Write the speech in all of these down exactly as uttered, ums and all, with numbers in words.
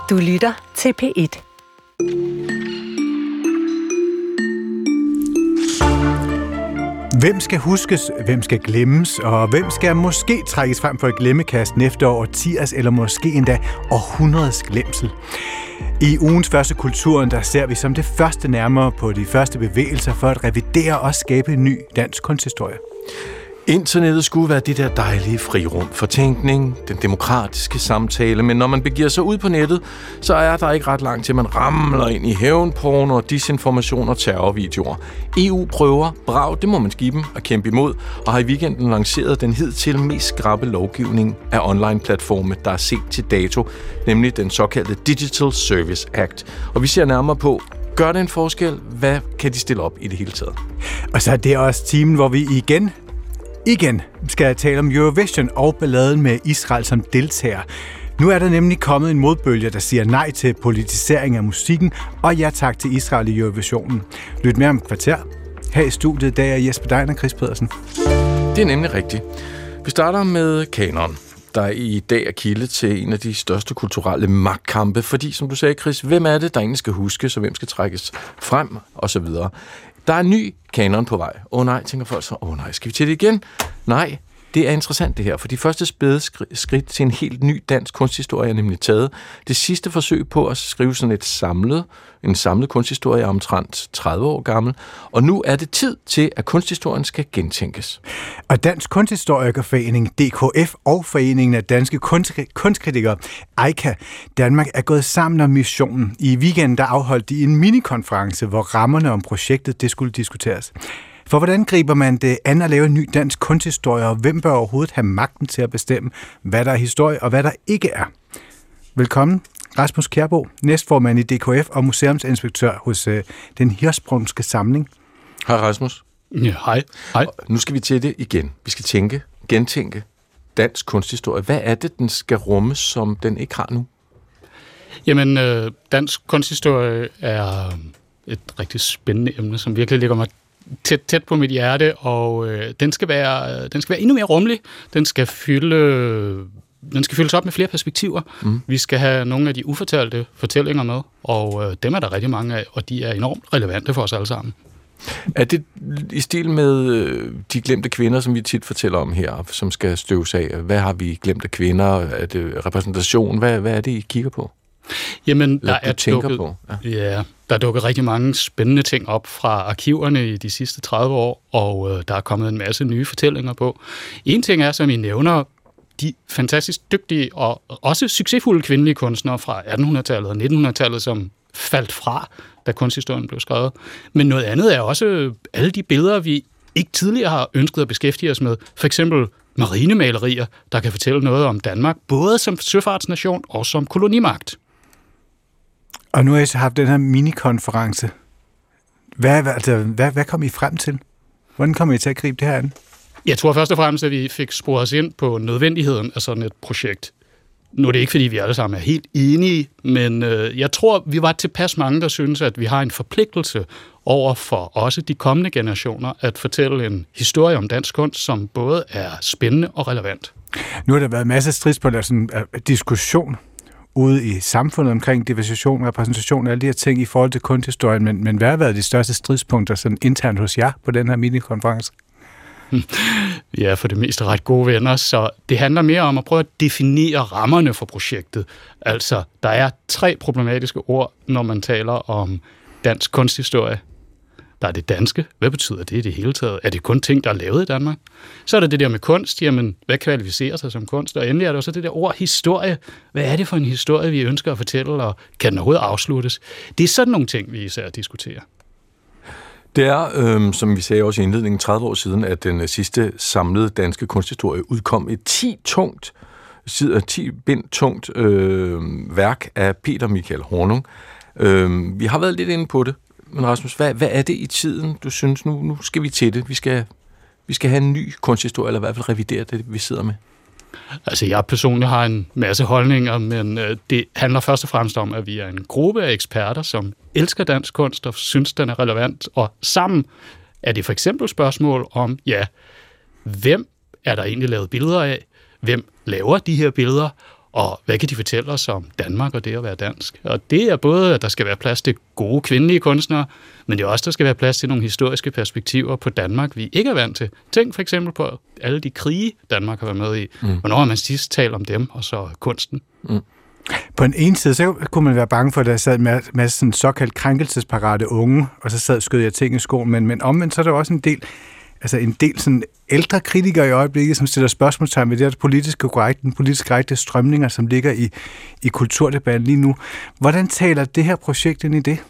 Du lytter til P et. Hvem skal huskes, hvem skal glemmes, og hvem skal måske trækkes frem for et glemmekast efter årtiers eller måske endda århundredes glemsel? I ugens første Kulturen, der ser vi som det første nærmere på de første bevægelser for at revidere og skabe en ny dansk kunsthistorie. Internettet skulle være det der dejlige frirum for tænkning, den demokratiske samtale, men når man begiver sig ud på nettet, så er der ikke ret langt til, man ramler ind i hævnporno og disinformation og terrorvideoer. E U prøver, brav, det må man give dem, at kæmpe imod, og har i weekenden lanceret den hidtil mest skrappe lovgivning af online-platforme, der er set til dato, nemlig den såkaldte Digital Service Act. Og vi ser nærmere på, gør det en forskel? Hvad kan de stille op i det hele taget? Og så er det også timen, hvor vi igen Igen skal jeg tale om Eurovision og balladen med Israel som deltager. Nu er der nemlig kommet en modbølge, der siger nej til politisering af musikken, og ja tak til Israel i Eurovisionen. Lyt mere om et kvarter. Her i studiet, der er Jesper Dein og Chris Pedersen. Det er nemlig rigtigt. Vi starter med kanon, der i dag er kilde til en af de største kulturelle magtkampe, fordi, som du sagde, Chris, hvem er det, der egentlig skal huskes, og hvem skal trækkes frem, og så videre. Der er en ny kanon på vej. Åh oh, nej, tænker folk så. Åh oh, nej, skal vi til det igen? Nej, det er interessant det her, for de første spæde skridt til en helt ny dansk kunsthistorie er nemlig taget. Det sidste forsøg på at skrive sådan et samlet, en samlet kunsthistorie er omtrent tredive år gammel, og nu er det tid til, at kunsthistorien skal gentænkes. Og Dansk Kunsthistorikerforening, D K F, og Foreningen af Danske Kunstkritikere, E I C A, Danmark, er gået sammen om missionen. I weekenden der afholdt de en minikonference, hvor rammerne om projektet det skulle diskuteres. For hvordan griber man det an at lave en ny dansk kunsthistorie, og hvem bør overhovedet have magten til at bestemme, hvad der er historie og hvad der ikke er? Velkommen, Rasmus Kjærbo, næstformand i D K F og museumsinspektør hos øh, den Hirschsprungske Samling. Hej Rasmus. Ja, hej. hej. Og nu skal vi til det igen. Vi skal tænke, gentænke dansk kunsthistorie. Hvad er det, den skal rumme, som den ikke har nu? Jamen, øh, dansk kunsthistorie er et rigtig spændende emne, som virkelig ligger mig tæt, tæt på mit hjerte, og øh, den, skal være, den skal være endnu mere rummelig. Den skal fylde, den skal fyldes op med flere perspektiver. Mm. Vi skal have nogle af de ufortalte fortællinger med, og øh, dem er der rigtig mange af, og de er enormt relevante for os alle sammen. Er det i stil med øh, de glemte kvinder, som vi tit fortæller om her, som skal støves af? Hvad har vi glemt af kvinder? Er det repræsentation? Hvad, hvad er det, I kigger på? Jamen, der er, dukket, på. Ja. Ja, der er dukket rigtig mange spændende ting op fra arkiverne i de sidste tredive år, og øh, der er kommet en masse nye fortællinger på. En ting er, som I nævner, de fantastisk dygtige og også succesfulde kvindelige kunstnere fra attenhundredetallet og nittenhundredetallet, som faldt fra, da kunsthistorien blev skrevet. Men noget andet er også alle de billeder, vi ikke tidligere har ønsket at beskæftige os med. For eksempel marinemalerier, der kan fortælle noget om Danmark, både som søfartsnation og som kolonimagt. Og nu har I så haft den her minikonference. Hvad, altså, hvad, hvad kom I frem til? Hvordan kom I til at gribe det her an? Jeg tror først og fremmest, at vi fik sporet os ind på nødvendigheden af sådan et projekt. Nu er det ikke, fordi vi alle sammen er helt enige, men øh, jeg tror, vi var tilpas mange, der synes, at vi har en forpligtelse over for også de kommende generationer at fortælle en historie om dansk kunst, som både er spændende og relevant. Nu har der været masser af stridspunkter, sådan uh, diskussion ude i samfundet omkring diversitet, repræsentation og alle de her ting i forhold til kunsthistorien, men, men hvad har været de største stridspunkter sådan internt hos jer på den her minikonference? Vi er for det meste ret gode venner, så det handler mere om at prøve at definere rammerne for projektet. Altså, der er tre problematiske ord, når man taler om dansk kunsthistorie. Der er det danske. Hvad betyder det i det hele taget? Er det kun ting, der er lavet i Danmark? Så er der det der med kunst. Jamen, hvad kvalificerer sig som kunst? Og endelig er der også det der ord historie. Hvad er det for en historie, vi ønsker at fortælle, og kan den overhovedet afsluttes? Det er sådan nogle ting, vi især diskuterer. Det er, øh, som vi sagde også i indledningen, tredive år siden, at den sidste samlede danske kunsthistorie udkom et ti-tungt, ti-bind tungt øh, værk af Peter Michael Hornung. Øh, vi har været lidt inde på det, men Rasmus, hvad, hvad er det i tiden, du synes, nu, nu skal vi til det? Vi skal, vi skal have en ny kunsthistorie, eller i hvert fald revidere det, vi sidder med. Altså, jeg personligt har en masse holdninger, men øh, det handler først og fremmest om, at vi er en gruppe af eksperter, som elsker dansk kunst og synes, den er relevant. Og sammen er det for eksempel spørgsmål om, ja, hvem er der egentlig lavet billeder af? Hvem laver de her billeder? Og hvad kan de fortælle os om Danmark og det at være dansk? Og det er både, at der skal være plads til gode kvindelige kunstnere, men det er også, der skal være plads til nogle historiske perspektiver på Danmark, vi ikke er vant til. Tænk for eksempel på alle de krige, Danmark har været med i. Mm. Hvornår har man sidst talt om dem, og så kunsten? Mm. På en ene side, så kunne man være bange for, at der sad en masse sådan såkaldt krænkelsesparate unge, og så sad og skød jeg ting i skoen, men, men omvendt så er der også en del, altså en del sådan ældre kritikere i øjeblikket, som stiller spørgsmålstegn ved det her politiske korrekt, den politiske korrekte strømninger, som ligger i, i kulturdebatten lige nu. Hvordan taler det her projekt ind i det?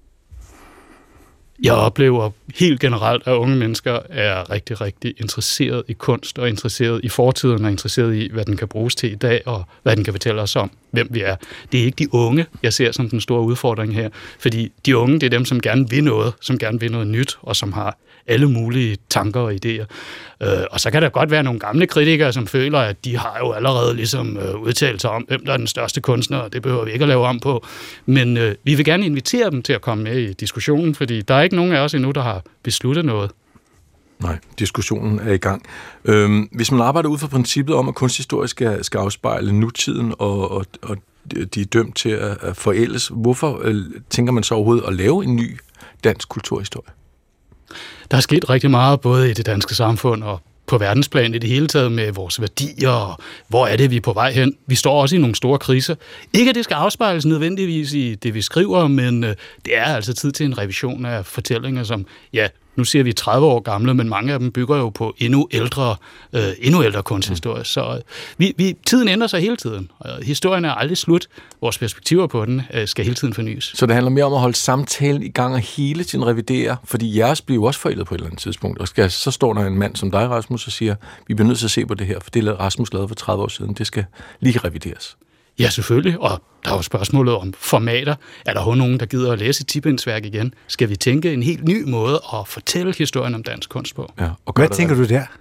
Jeg oplever helt generelt, at unge mennesker er rigtig, rigtig interesseret i kunst og interesseret i fortiden og interesseret i, hvad den kan bruges til i dag og hvad den kan fortælle os om, hvem vi er. Det er ikke de unge, jeg ser som den store udfordring her, fordi de unge, det er dem, som gerne vil noget, som gerne vil noget nyt og som har alle mulige tanker og idéer. Øh, og så kan der godt være nogle gamle kritikere, som føler, at de har jo allerede ligesom øh, udtalt sig om, hvem der er den største kunstner, og det behøver vi ikke at lave om på. Men øh, vi vil gerne invitere dem til at komme med i diskussionen, fordi der er ikke nogen af os endnu, der har besluttet noget. Nej, diskussionen er i gang. Øhm, hvis man arbejder ud fra princippet om, at kunsthistorie skal, skal afspejle nutiden, og, og, og de er dømt til at, at forældes, hvorfor øh, tænker man så overhovedet at lave en ny dansk kulturhistorie? Der er sket rigtig meget, både i det danske samfund og på verdensplan i det hele taget med vores værdier, og hvor er det, vi er på vej hen. Vi står også i nogle store kriser. Ikke, at det skal afspejles nødvendigvis i det, vi skriver, men det er altså tid til en revision af fortællinger, som, ja, nu siger vi tredive år gamle, men mange af dem bygger jo på endnu ældre, øh, endnu ældre kunsthistorie. Så øh, vi, vi, tiden ændrer sig hele tiden. Og historien er aldrig slut. Vores perspektiver på den øh, skal hele tiden fornyes. Så det handler mere om at holde samtalen i gang og hele tiden revidere, fordi jeres bliver jo også forældet på et eller andet tidspunkt. Og skal, så står der en mand som dig, Rasmus, og siger, vi bliver nødt til at se på det her, for det Rasmus lavede for tredive år siden, det skal lige revideres. Ja, selvfølgelig, og der er jo spørgsmålet om formater. Er der overhovedet nogen, der gider at læse Tipindsværk igen? Skal vi tænke en helt ny måde at fortælle historien om dansk kunst på? Ja, og hvad tænker du der?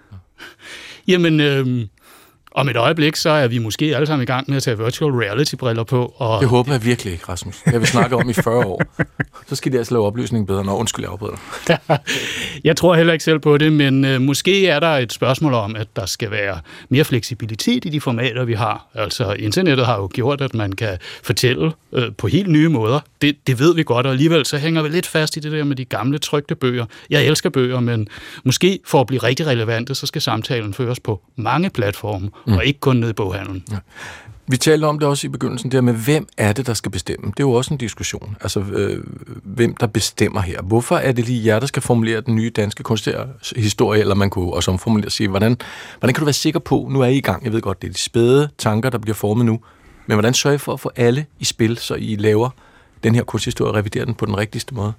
Jamen, øh, om et øjeblik, så er vi måske alle sammen i gang med at tage virtual reality-briller på. Og det håber jeg virkelig ikke, Rasmus. Det har vi snakket om i fyrre år. Så skal de altså lave oplysningen bedre, når undskyld, jeg afbryder dig. Jeg tror heller ikke selv på det, men øh, måske er der et spørgsmål om, at der skal være mere fleksibilitet i de formater, vi har. Altså, internettet har jo gjort, at man kan fortælle øh, på helt nye måder. Det, det ved vi godt, og alligevel så hænger vi lidt fast i det der med de gamle trykte bøger. Jeg elsker bøger, men måske for at blive rigtig relevante, så skal samtalen føres på mange platforme, mm. og ikke kun nede i boghandlen. Ja. Vi talte om det også i begyndelsen, der med, hvem er det, der skal bestemme? Det er jo også en diskussion. Altså, øh, hvem der bestemmer her. Hvorfor er det lige jer, der skal formulere den nye danske kunsthistorie, eller man kunne også omformulere og sige, hvordan, hvordan kan du være sikker på, nu er I i gang, jeg ved godt, det er de spæde tanker, der bliver formet nu, men hvordan sørger I for at få alle i spil, så I laver den her kunsthistorie og reviderer den på den rigtigste måde?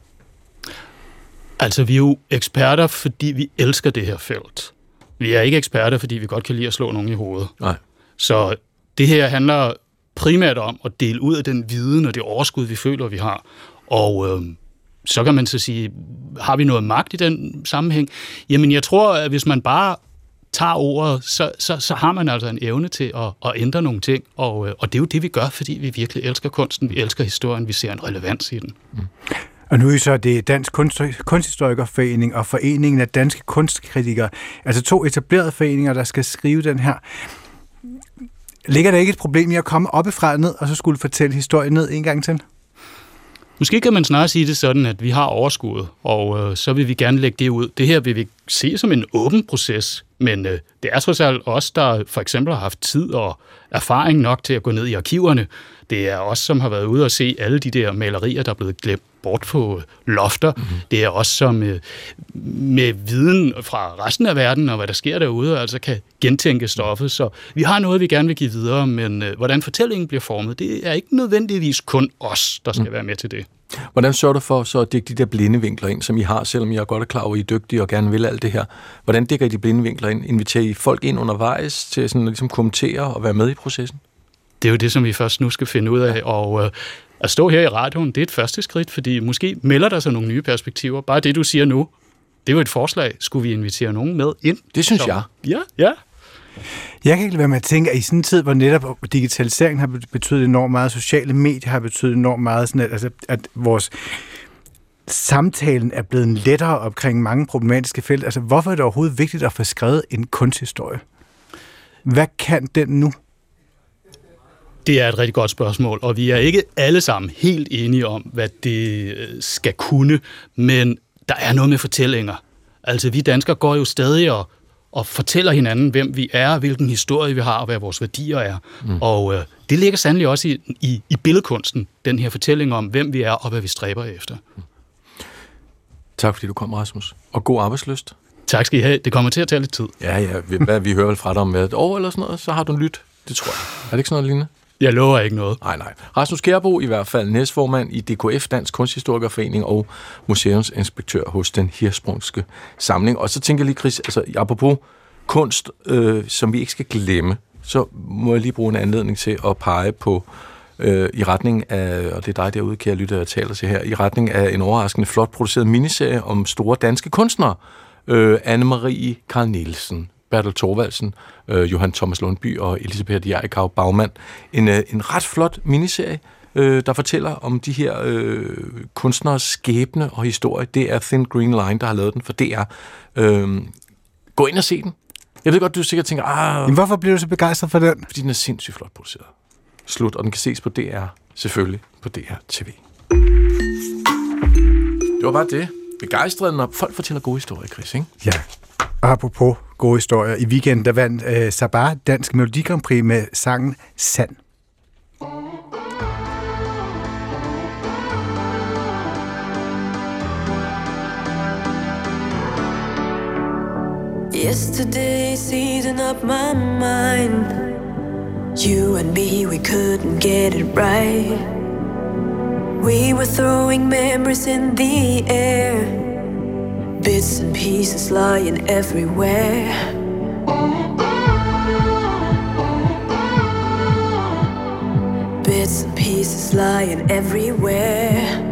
Altså, vi er jo eksperter, fordi vi elsker det her felt. Vi er ikke eksperter, fordi vi godt kan lide at slå nogen i hovedet. Nej. Så det her handler primært om at dele ud af den viden og det overskud, vi føler, vi har. Og øh, så kan man så sige, har vi noget magt i den sammenhæng? Jamen, jeg tror, at hvis man bare tager ordet, så, så, så har man altså en evne til at, at ændre nogle ting. Og, og det er jo det, vi gør, fordi vi virkelig elsker kunsten, vi elsker historien, vi ser en relevans i den. Mm. Og nu er så det Dansk Kunst, Kunsthistorikerforening og Foreningen af Danske Kunstkritikere, altså to etablerede foreninger, der skal skrive den her. Ligger der ikke et problem i at komme oppefra ned, og så skulle fortælle historien ned en gang til? Måske kan man snarere sige det sådan, at vi har overskuddet, og øh, så vil vi gerne lægge det ud. Det her vil vi se som en åben proces, men øh, det er trods alt os, der for eksempel har haft tid og erfaring nok til at gå ned i arkiverne. Det er os, som har været ude og se alle de der malerier, der er blevet glemt bort på lofter. Mm-hmm. Det er os, som med, med viden fra resten af verden og hvad der sker derude, altså kan gentænke stoffet. Så vi har noget, vi gerne vil give videre, men øh, hvordan fortællingen bliver formet, det er ikke nødvendigvis kun os, der skal mm. være med til det. Hvordan sørger du for så at dække de der blinde vinkler ind, som I har, selvom I er godt er klar over, at I er dygtige og gerne vil alt det her? Hvordan dækker I de blinde vinkler ind? Inviterer I folk ind undervejs til sådan at ligesom kommentere og være med i processen? Det er jo det, som vi først nu skal finde ud af, og øh, at stå her i radioen, det er et første skridt, fordi måske melder der sig nogle nye perspektiver. Bare det, du siger nu, det er jo et forslag. Skulle vi invitere nogen med ind? Det synes jeg. Ja, ja. Jeg kan ikke lade være med at tænke, at i sådan en tid, hvor netop digitaliseringen har betydet enormt meget, sociale medier har betydet enormt meget, sådan at, altså, at vores samtalen er blevet lettere omkring mange problematiske felt. Altså, hvorfor er det overhovedet vigtigt at få skrevet en kunsthistorie? Hvad kan den nu? Det er et rigtig godt spørgsmål, og vi er ikke alle sammen helt enige om, hvad det skal kunne, men der er noget med fortællinger. Altså, vi danskere går jo stadig og, og fortæller hinanden, hvem vi er, hvilken historie vi har, og hvad vores værdier er. Mm. Og øh, det ligger sandelig også i, i, i billedkunsten, den her fortælling om, hvem vi er, og hvad vi stræber efter. Mm. Tak fordi du kom, Rasmus. Og god arbejdslyst. Tak skal I have. Det kommer til at tage lidt tid. Ja, ja. Vi, hvad, vi hører vel fra dig om et år eller sådan noget, så har du en lyt. Det tror jeg. Er det ikke sådan noget lignende? Jeg lover ikke noget. Nej, nej. Rasmus Kjærbo, i hvert fald næstformand i D K F, Dansk Kunsthistorikerforening, og museumsinspektør hos den Hirschsprungske Samling. Og så tænker jeg lige, Chris, altså apropos kunst, øh, som vi ikke skal glemme, så må jeg lige bruge en anledning til at pege på øh, i retning af, og det er dig derude, kære lytter, jeg taler til her, i retning af en overraskende flot produceret miniserie om store danske kunstnere. Øh, Anne-Marie Carl Nielsen, Bertel Thorvaldsen, øh, Johan Thomas Lundby og Elisabeth Jerikau Bagmand. En, øh, en ret flot miniserie, øh, der fortæller om de her øh, kunstneres skæbne og historie. Det er Thin Green Line, der har lavet den for D R. Øh, gå ind og se den. Jeg ved godt, du sikkert tænker, ah... Men hvorfor bliver du så begejstret for den? Fordi den er sindssygt flot produceret. Slut, og den kan ses på D R, selvfølgelig på D R T V. Det var bare det. Begejstret, når folk fortæller gode historier, Chris, ikke? Ja. Og apropos gode historier, i weekenden der vandt øh, Sabar Dansk Melodi Grand Prix med sangen Sand. Yesterday's eating up my mind. You and me, we couldn't get it right. We were throwing memories in the air, bits and pieces lying everywhere. Bits and pieces lying everywhere.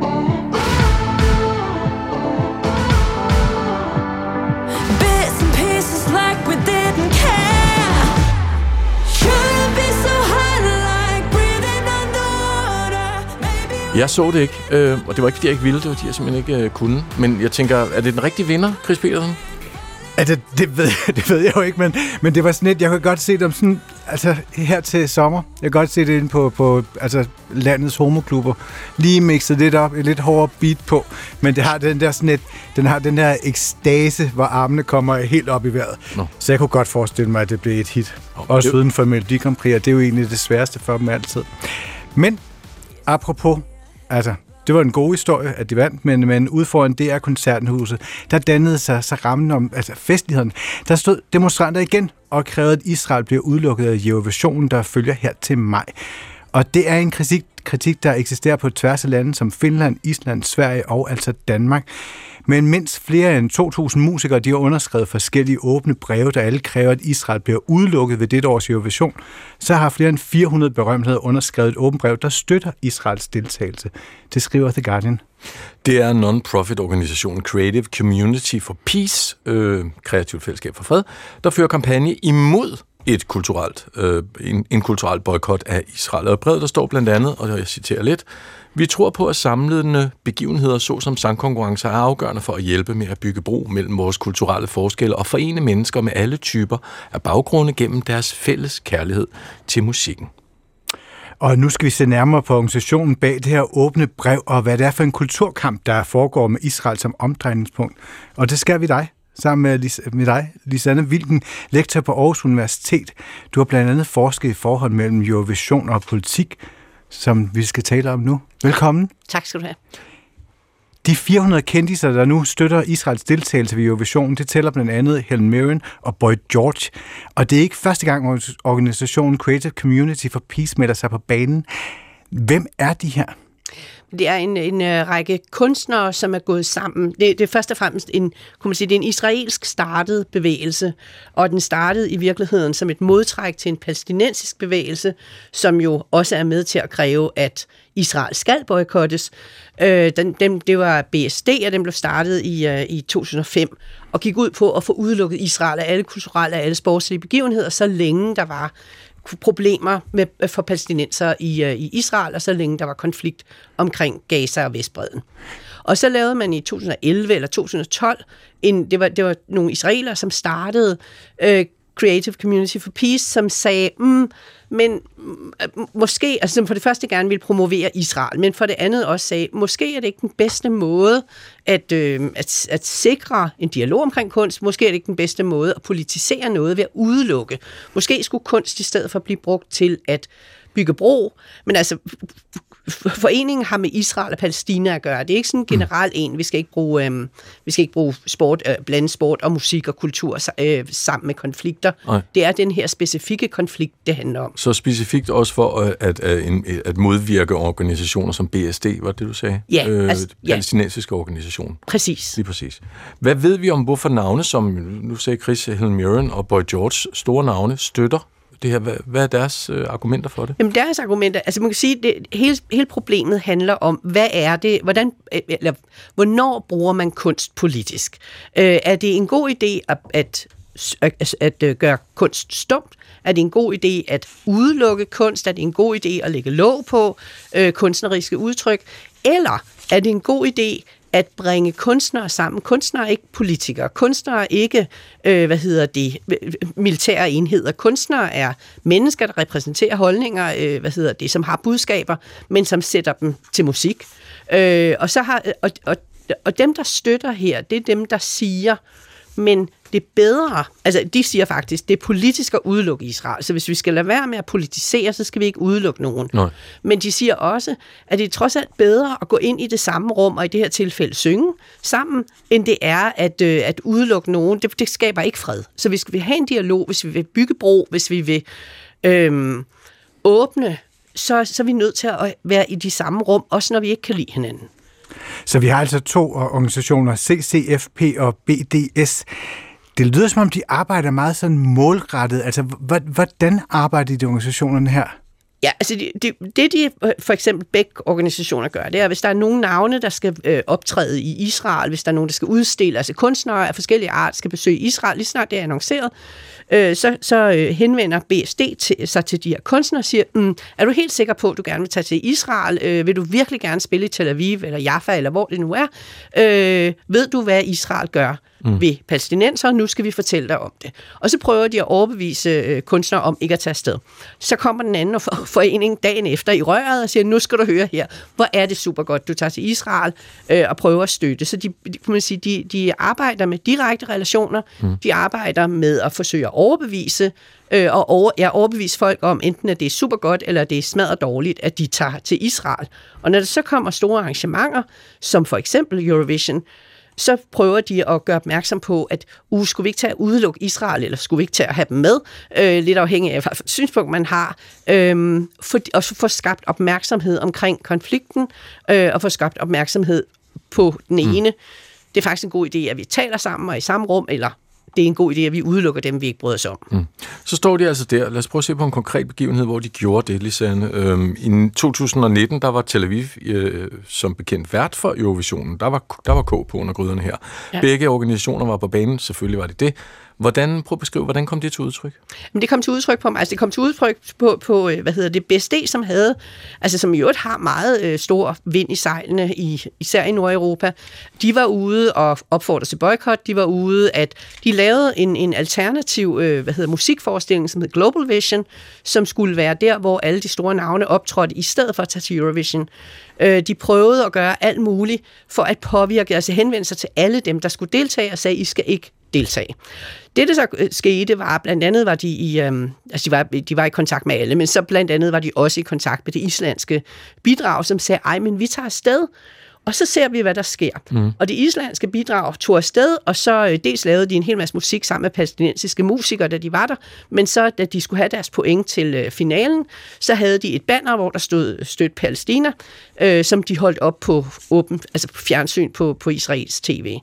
Bits and pieces like we didn't care. Shouldn't be so hard like breathing underwater. Maybe. Jeg så det ikke, øh, og det var ikke, fordi jeg ikke ville, det var, fordi jeg simpelthen ikke øh, kunne. Men jeg tænker, er det den rigtige vinder, Chris Petersen? Altså, det ved, det ved jeg jo ikke, men, men det var sådan lidt, jeg kunne godt se dem sådan, altså her til sommer, jeg kan godt se det inde på, på altså, landets homoklubber, lige mixet lidt op, et lidt hårdere beat på, men det har den der sådan et, den har den der ekstase, hvor armene kommer helt op i vejret. Nå. Så jeg kunne godt forestille mig, at det blev et hit. Nå, også det... uden for Melodi Grand Prix, og det er jo egentlig det sværeste for dem altid. Men, apropos, altså, det var en god historie, at de vandt, men, men ude foran D R-koncerthuset, der dannede sig så rammen om altså festligheden. Der stod demonstranter igen og krævede, at Israel bliver udelukket af Eurovisionen, der følger her til maj. Og det er en kritik, kritik, der eksisterer på tværs af lande som Finland, Island, Sverige og altså Danmark. Men mindst flere end to tusind musikere, de har underskrevet forskellige åbne breve, der alle kræver, at Israel bliver udelukket ved dette års Eurovision. Så har flere end fire hundrede berømtheder underskrevet et åbent brev, der støtter Israels deltagelse. Det skriver The Guardian. Det er non-profit organisationen Creative Community for Peace, øh, kreativt fællesskab for fred, der fører kampagne imod et kulturelt, øh, en, en kulturel boykot af Israel. Og brevet, der står blandt andet, og jeg citerer lidt, vi tror på, at samlende begivenheder, såsom sangkonkurrencer, er afgørende for at hjælpe med at bygge bro mellem vores kulturelle forskelle og forene mennesker med alle typer af baggrunde gennem deres fælles kærlighed til musikken. Og nu skal vi se nærmere på organisationen bag det her åbne brev, og hvad det er for en kulturkamp, der foregår med Israel som omdrejningspunkt. Og det skal vi dig. Sammen med, Lis- med dig, Lisanne Wilken, lektor på Aarhus Universitet. Du har blandt andet forsket i forhold mellem Eurovision og politik, som vi skal tale om nu. Velkommen. Tak skal du have. De fire hundrede kendiser, der nu støtter Israels deltagelse ved Eurovision, det tæller blandt andet Helen Mirren og Boy George. Og det er ikke første gang, organisationen Creative Community for Peace melder sig på banen. Hvem er de her? Det er en, en, en række kunstnere, som er gået sammen. Det, det er først og fremmest en, kunne man sige, det er en israelsk startet bevægelse, og den startede i virkeligheden som et modtræk til en palæstinensisk bevægelse, som jo også er med til at kræve, at Israel skal boykottes. Øh, den, den, det var B S D, og den blev startet i, uh, i to tusind og fem, og gik ud på at få udelukket Israel af alle kulturelle og alle sportslige begivenheder, så længe der var problemer med, for palæstinenser i, i Israel, og så længe der var konflikt omkring Gaza og Vestbredden. Og så lavede man i to tusind og elleve eller to tusind og tolv, en, det, var, det var nogle israelere, som startede øh, Creative Community for Peace, som sagde, mm, men måske, altså som for det første gerne ville promovere Israel, men for det andet også sagde, måske er det ikke den bedste måde at, øh, at, at sikre en dialog omkring kunst, måske er det ikke den bedste måde at politisere noget ved at udelukke. Måske skulle kunst i stedet for blive brugt til at bygge bro, men altså foreningen har med Israel og Palæstina at gøre. Det er ikke sådan generelt en, vi skal ikke bruge, øh, vi skal ikke bruge sport, øh, blande sport og musik og kultur øh, sammen med konflikter. Nej. Det er den her specifikke konflikt, det handler om. Så specifikt også for at, at, at, at modvirke organisationer som B S D, var det, du sagde? Ja. Øh, altså, palæstinensiske organisation. Præcis. Lige præcis. Hvad ved vi om, hvorfor navne som, nu sagde Chris, Helen Mirren og Boy George, store navne, støtter det her? Hvad, hvad er deres øh, argumenter for det? Jamen deres argumenter, altså man kan sige, det hele, hele problemet handler om, hvad er det, hvordan, eller hvornår bruger man kunst politisk? Øh, er det en god idé at, at, at, at, at gøre kunst stumt? Er det en god idé at udelukke kunst? Er det en god idé at lægge låg på øh, kunstneriske udtryk? Eller er det en god idé at bringe kunstnere sammen? Kunstnere er ikke politikere. Kunstnere er ikke, øh, hvad hedder det, militære enheder. Kunstnere er mennesker, der repræsenterer holdninger, øh, hvad hedder det, som har budskaber, men som sætter dem til musik. Øh, og, så har, og, og, og dem, der støtter her, det er dem, der siger, men det er bedre, altså de siger faktisk, det er politisk at udelukke Israel, så hvis vi skal lade være med at politisere, så skal vi ikke udelukke nogen. Nej. Men de siger også, at det er trods alt bedre at gå ind i det samme rum, og i det her tilfælde synge sammen, end det er at, øh, at udelukke nogen. Det, det skaber ikke fred. Så hvis vi vil have en dialog, hvis vi vil bygge bro, hvis vi vil øh, åbne, så, så er vi nødt til at være i de samme rum, også når vi ikke kan lide hinanden. Så vi har altså to organisationer, C C F P og B D S. Det lyder som om, de arbejder meget sådan målrettet. Altså, hvordan arbejder de organisationerne her? Ja, altså det, det, det de for eksempel begge organisationer gør, det er, hvis der er nogle navne, der skal øh, optræde i Israel, hvis der er nogen, der skal udstille, altså kunstnere af forskellige art skal besøge Israel, lige snart det er annonceret, øh, så, så øh, henvender B S D til, sig til de her kunstnere og siger, mm, er du helt sikker på, at du gerne vil tage til Israel? Øh, vil du virkelig gerne spille i Tel Aviv eller Jaffa, eller hvor det nu er? Øh, ved du, hvad Israel gør mm. ved palæstinenser? Nu skal vi fortælle dig om det. Og så prøver de at overbevise øh, kunstnere om ikke at tage afsted. Så kommer den anden forening dagen efter i røret og siger, nu skal du høre her, hvor er det super godt, du tager til Israel øh, og prøver at støtte. Så de, de, kan man sige, de, de arbejder med direkte relationer, mm. de arbejder med at forsøge at overbevise, øh, og over, ja, overbevise folk om, enten at det er super godt, eller det er smadret dårligt, at de tager til Israel. Og når der så kommer store arrangementer, som for eksempel Eurovision, så prøver de at gøre opmærksom på, at uh, skulle vi ikke tage at udelukke Israel, eller skulle vi ikke tage at have dem med, øh, lidt afhængig af hvilket synspunkt man har, øh, for, og få skabt opmærksomhed omkring konflikten, øh, og få skabt opmærksomhed på den ene. Mm. Det er faktisk en god idé, at vi taler sammen og i samme rum, eller det er en god idé, at vi udelukker dem, vi ikke bryder os om. Mm. Så står de altså der. Lad os prøve at se på en konkret begivenhed, hvor de gjorde det, Lisanne. Øhm, I to tusind nitten, der var Tel Aviv øh, som bekendt vært for Eurovisionen. Der var, der var K på under gryderne her. Ja. Begge organisationer var på banen, selvfølgelig var det det. Hvordan, prøv at beskrive, hvordan kom det til udtryk? Men det kom til udtryk på, altså det kom til udtryk på, på hvad hedder det, B S D, som havde, altså som i øvrigt har meget øh, stor vind i sejlene, i, især i Nordeuropa. De var ude og opfordrede til boykot. De var ude, at de lavede en, en alternativ, øh, hvad hedder musikforestilling, som hed Global Vision, som skulle være der, hvor alle de store navne optrådte, i stedet for at tage til Eurovision. Øh, de prøvede at gøre alt muligt for at påvirke, altså henvende sig til alle dem, der skulle deltage, og sagde, I skal ikke deltage. Det, der så skete, var, blandt andet var de i, øhm, altså de var, de var i kontakt med alle, men så blandt andet var de også i kontakt med det islandske bidrag, som sagde, ej, men vi tager afsted, og så ser vi, hvad der sker. Mm. Og det islandske bidrag tog afsted, og så øh, dels lavede de en hel masse musik sammen med palæstinensiske musikere, da de var der, men så, da de skulle have deres point til øh, finalen, så havde de et banner, hvor der stod Støt Palæstina, øh, som de holdt op på åben, altså på fjernsyn på, på Israels tv.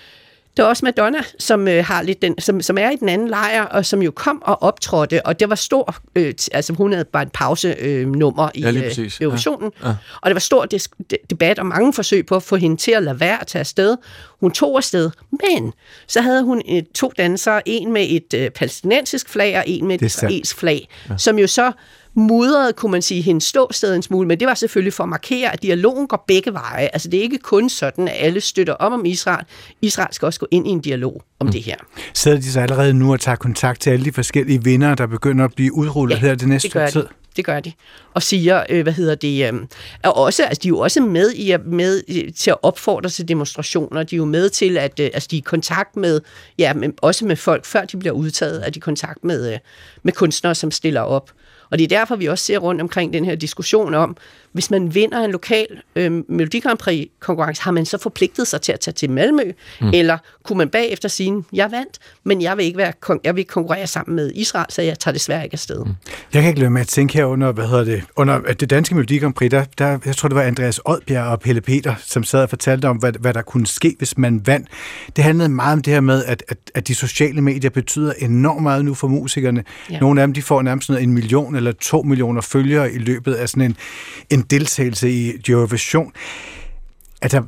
Der er også Madonna, som øh, har lidt den, som, som er i den anden lejr, og som jo kom og optrådte, og det var stor, øh, altså hun havde bare en pausenummer øh, i ja, øh, Eurovisionen, ja. Ja. Og det var stor des, de, debat og mange forsøg på at få hende til at lade være at tage afsted. Hun tog afsted, men så havde hun øh, to dansere, en med et øh, palæstinensisk flag og en med et israelsk flag, ja. Som jo så mudrede, kunne man sige, hendes ståsted en smule, men det var selvfølgelig for at markere, at dialogen går begge veje. Altså det er ikke kun sådan, at alle støtter op om Israel. Israel skal også gå ind i en dialog. om mm. det her. Sidder de så allerede nu og tager kontakt til alle de forskellige vindere, der begynder at blive udrullet ja, her det næste det tid? De. Det gør de. Og siger, øh, hvad hedder det, øh, er også, altså de er jo også med, i, med i, til at opfordre til demonstrationer. De er jo med til, at øh, altså de er i kontakt med, ja, med, også med folk, før de bliver udtaget, er de i kontakt med, øh, med kunstnere, som stiller op. Og det er derfor, vi også ser rundt omkring den her diskussion om, hvis man vinder en lokal øh, Melodi Grand Prix-konkurrence, har man så forpligtet sig til at tage til Malmø? Mm. Eller kunne man bagefter sige, jeg vandt, men jeg vil ikke, være, jeg vil ikke konkurrere sammen med Israel, så jeg tager desværre ikke afsted. Mm. Jeg kan ikke lade med at tænke her under, hvad hedder det, under det danske Melodi Grand Prix, der, der, jeg tror, det var Andreas Odbjerg og Pelle Peter, som sad og fortalte om, hvad, hvad der kunne ske, hvis man vandt. Det handlede meget om det her med, at, at, at de sociale medier betyder enormt meget nu for musikerne. Ja. Nogle af dem, de får nærmest en million eller to millioner følgere i løbet af sådan en, en deltagelse i Eurovision. Altså,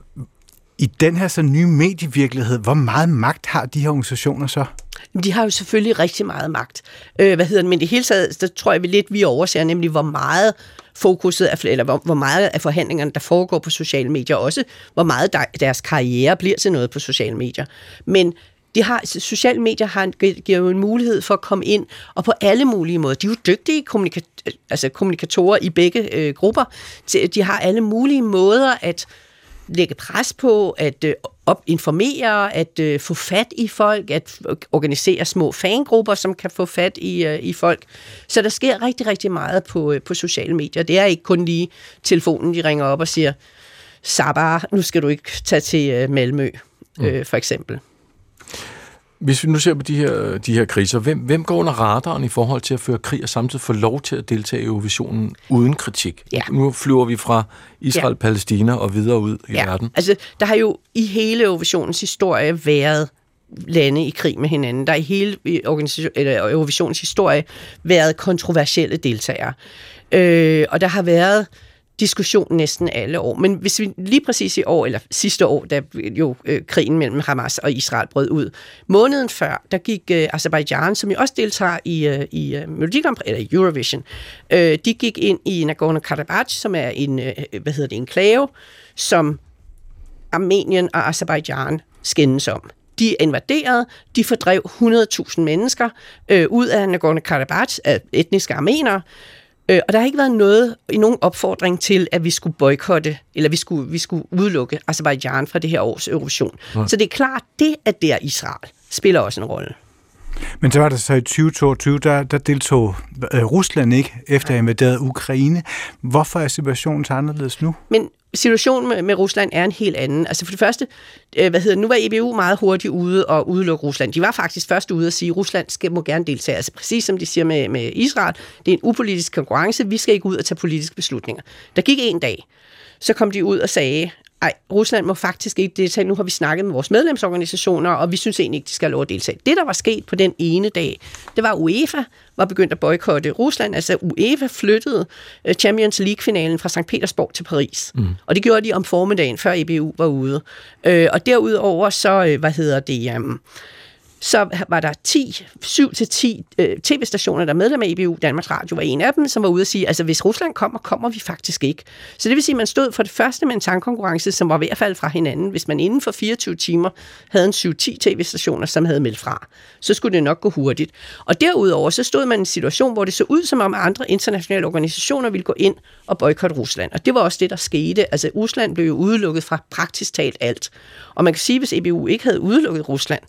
i den her så nye medievirkelighed, hvor meget magt har de her organisationer så? De har jo selvfølgelig rigtig meget magt. Øh, hvad hedder det? Men det hele taget, der tror jeg vi lidt, vi overser, nemlig hvor meget fokuset er, eller hvor, hvor meget af forhandlingerne, der foregår på sociale medier, også hvor meget der, deres karriere bliver til noget på sociale medier. Men de har, sociale medier har, giver jo en mulighed for at komme ind, og på alle mulige måder. De er jo dygtige kommunika- altså kommunikatorer i begge øh, grupper. De har alle mulige måder at lægge pres på, at øh, op, informere, at øh, få fat i folk, at organisere små fangrupper, som kan få fat i, øh, i folk. Så der sker rigtig, rigtig meget på, øh, på sociale medier. Det er ikke kun lige telefonen, de ringer op og siger, Sabah, nu skal du ikke tage til øh, Malmø, øh, mm. for eksempel. Hvis vi nu ser på de her, de her kriser, hvem, hvem går under radaren i forhold til at føre krig og samtidig få lov til at deltage i Eurovisionen uden kritik? Ja. Nu flyver vi fra Israel, ja. Palæstina og videre ud i ja. verden. Altså, der har jo i hele Eurovisionens historie været lande i krig med hinanden. Der har i hele eller Eurovisionens historie været kontroversielle deltagere. Øh, og der har været diskussion næsten alle år. Men hvis vi lige præcis i år, eller sidste år, da jo øh, krigen mellem Hamas og Israel brød ud, måneden før, der gik øh, Aserbajdsjan, som jo også deltager i, øh, i øh, Melodi Grand Prix, eller Eurovision, øh, de gik ind i Nagorno-Karabakh, som er en, øh, hvad hedder det, en enklave, som Armenien og Aserbajdsjan skændes om. De invaderede, de fordrev hundrede tusind mennesker øh, ud af Nagorno-Karabakh, af etniske armenere, og der har ikke været noget i nogen opfordring til, at vi skulle boykotte, eller vi skulle, vi skulle udelukke Aserbajdsjan fra det her års Eurovision. Ja. Så det er klart, det at det er Israel, spiller også en rolle. Men så var der så i tyve toogtyve, der, der deltog øh, Rusland ikke, efter at invaderet Ukraine. Hvorfor er situationen så anderledes nu? Men situationen med, med Rusland er en helt anden. Altså for det første, øh, hvad hedder, nu var E B U meget hurtigt ude og udelukke Rusland. De var faktisk først ude at sige, at Rusland skal, må gerne deltage. Altså præcis som de siger med, med Israel, det er en upolitisk konkurrence, vi skal ikke ud og tage politiske beslutninger. Der gik en dag, så kom de ud og sagde, ej, Rusland må faktisk ikke deltage. Nu har vi snakket med vores medlemsorganisationer, og vi synes egentlig ikke, de skal have lov at deltage. Det, der var sket på den ene dag, det var UEFA var begyndt at boykotte Rusland. Altså UEFA flyttede Champions League-finalen fra Sankt Petersborg til Paris. Mm. Og det gjorde de om formiddagen, før E B U var ude. Øh, og derudover så, hvad hedder det... Um, så var der ti, syv til ti øh, tv-stationer, der er medlem af E B U. Danmarks Radio var en af dem, som var ude at sige, altså hvis Rusland kommer, kommer vi faktisk ikke. Så det vil sige, at man stod for det første med en tankkonkurrence, som var ved at falde fra hinanden. Hvis man inden for fireogtyve timer havde en syv til ti tv-stationer, som havde meldt fra, så skulle det nok gå hurtigt. Og derudover så stod man i en situation, hvor det så ud, som om andre internationale organisationer ville gå ind og boykotte Rusland. Og det var også det, der skete. Altså Rusland blev jo udelukket fra praktisk talt alt. Og man kan sige, at hvis E B U ikke havde udelukket Rusland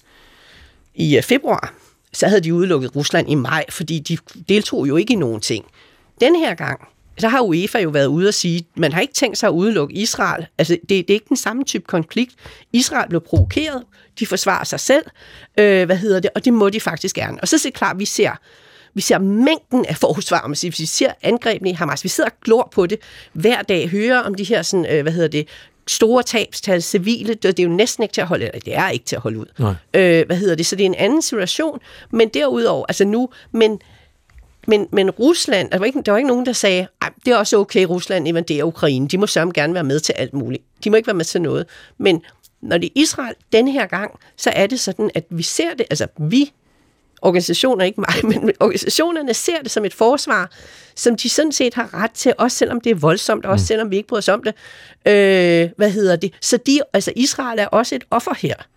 i februar, så havde de udelukket Rusland i maj, fordi de deltog jo ikke i nogen ting. Den her gang, der har UEFA jo været ude og sige, man har ikke tænkt sig at udelukke Israel. Altså, det, det er ikke den samme type konflikt. Israel blev provokeret, de forsvarer sig selv, øh, hvad hedder det, og det må de faktisk gerne. Og så er det klart, vi ser, vi ser mængden af forsvar, man siger, vi ser angrebene i Hamas, vi sidder og glor på det hver dag, hører om de her sådan, øh, hvad hedder det, store tabstal, civile, det er jo næsten ikke til at holde, eller det er ikke til at holde ud. Øh, hvad hedder det? Så det er en anden situation, men derudover, altså nu, men, men, men Rusland, der var, ikke, der var ikke nogen, der sagde, det er også okay, Rusland invaderer Ukraine, de må sørge gerne være med til alt muligt. De må ikke være med til noget. Men når det er Israel denne her gang, så er det sådan, at vi ser det, altså vi, organisationer, ikke mig, men organisationerne ser det som et forsvar, som de sådan set har ret til, også selvom det er voldsomt, også selvom vi ikke bryder os om det. Øh, hvad hedder det? Så de, altså Israel er også et offer her.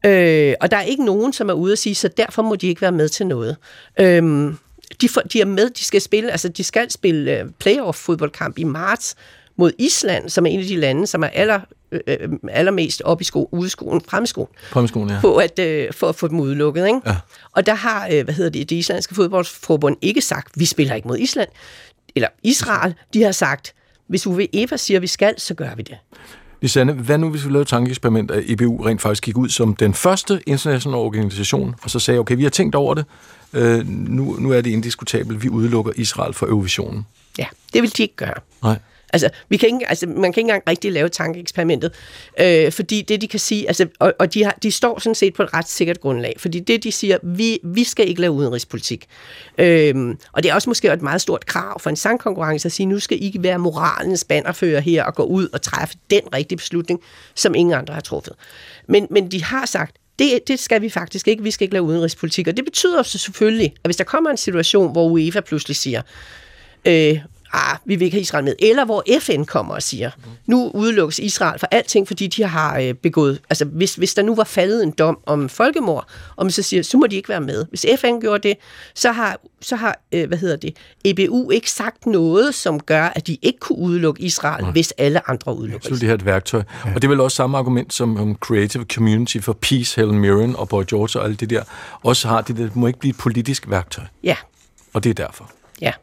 Øh, og der er ikke nogen, som er ude at sige, så derfor må de ikke være med til noget. Øhm, de, for, de er med, de skal spille, altså de skal spille uh, playoff-fodboldkamp i marts mod Island, som er en af de lande, som er aller, øh, allermest oppe i sko, ude i skolen, fremme i skolen, Fremskolen, ja. på at, øh, for at få dem udelukket. Ikke? Ja. Og der har, øh, hvad hedder det, det islandske fodboldforbund ikke sagt, vi spiller ikke mod Island, eller Israel. De har sagt, hvis UEFA siger, vi skal, så gør vi det. Lisanne, hvad nu, hvis vi lavede et tankeeksperiment, at E B U rent faktisk gik ud som den første internationale organisation, og så sagde, okay, vi har tænkt over det, øh, nu, nu er det indiskutabelt, vi udelukker Israel fra Eurovisionen. Ja, det vil de ikke gøre. Nej. Altså, vi kan ikke, altså, man kan ikke engang rigtig lave tankeeksperimentet, øh, fordi det, de kan sige, altså, og, og de, har, de står sådan set på et ret sikkert grundlag, fordi det, de siger, vi, vi skal ikke lave udenrigspolitik. Øh, og det er også måske et meget stort krav for en sangkonkurrence at sige, nu skal I ikke være moralens bannerfører her og gå ud og træffe den rigtige beslutning, som ingen andre har truffet. Men, men de har sagt, Det, det skal vi faktisk ikke. Vi skal ikke lave udenrigspolitik. Og det betyder så selvfølgelig, at hvis der kommer en situation, hvor UEFA pludselig siger, øh, ah, vi vil ikke have Israel med, eller hvor F N kommer og siger, nu udelukkes Israel for alting, fordi de har øh, begået, altså hvis, hvis der nu var faldet en dom om folkemord, og man så siger, så må de ikke være med. Hvis F N gjorde det, så har, så har øh, hvad hedder det, E B U ikke sagt noget, som gør, at de ikke kunne udelukke Israel, ja. Hvis alle andre udelukker Israel. Så det her et værktøj. Ja. Og det er vel også samme argument, som um, Creative Community for Peace, Helen Mirren og Boy George og alle det der, også har det, det må ikke blive et politisk værktøj. Ja. Og det er derfor. Ja.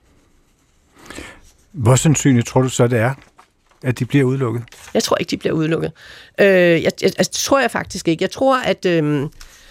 Hvor sandsynligt tror du så, det er, at de bliver udelukket? Jeg tror ikke, de bliver udelukket. Øh, jeg, jeg, altså, det tror jeg faktisk ikke. Jeg tror, at øh,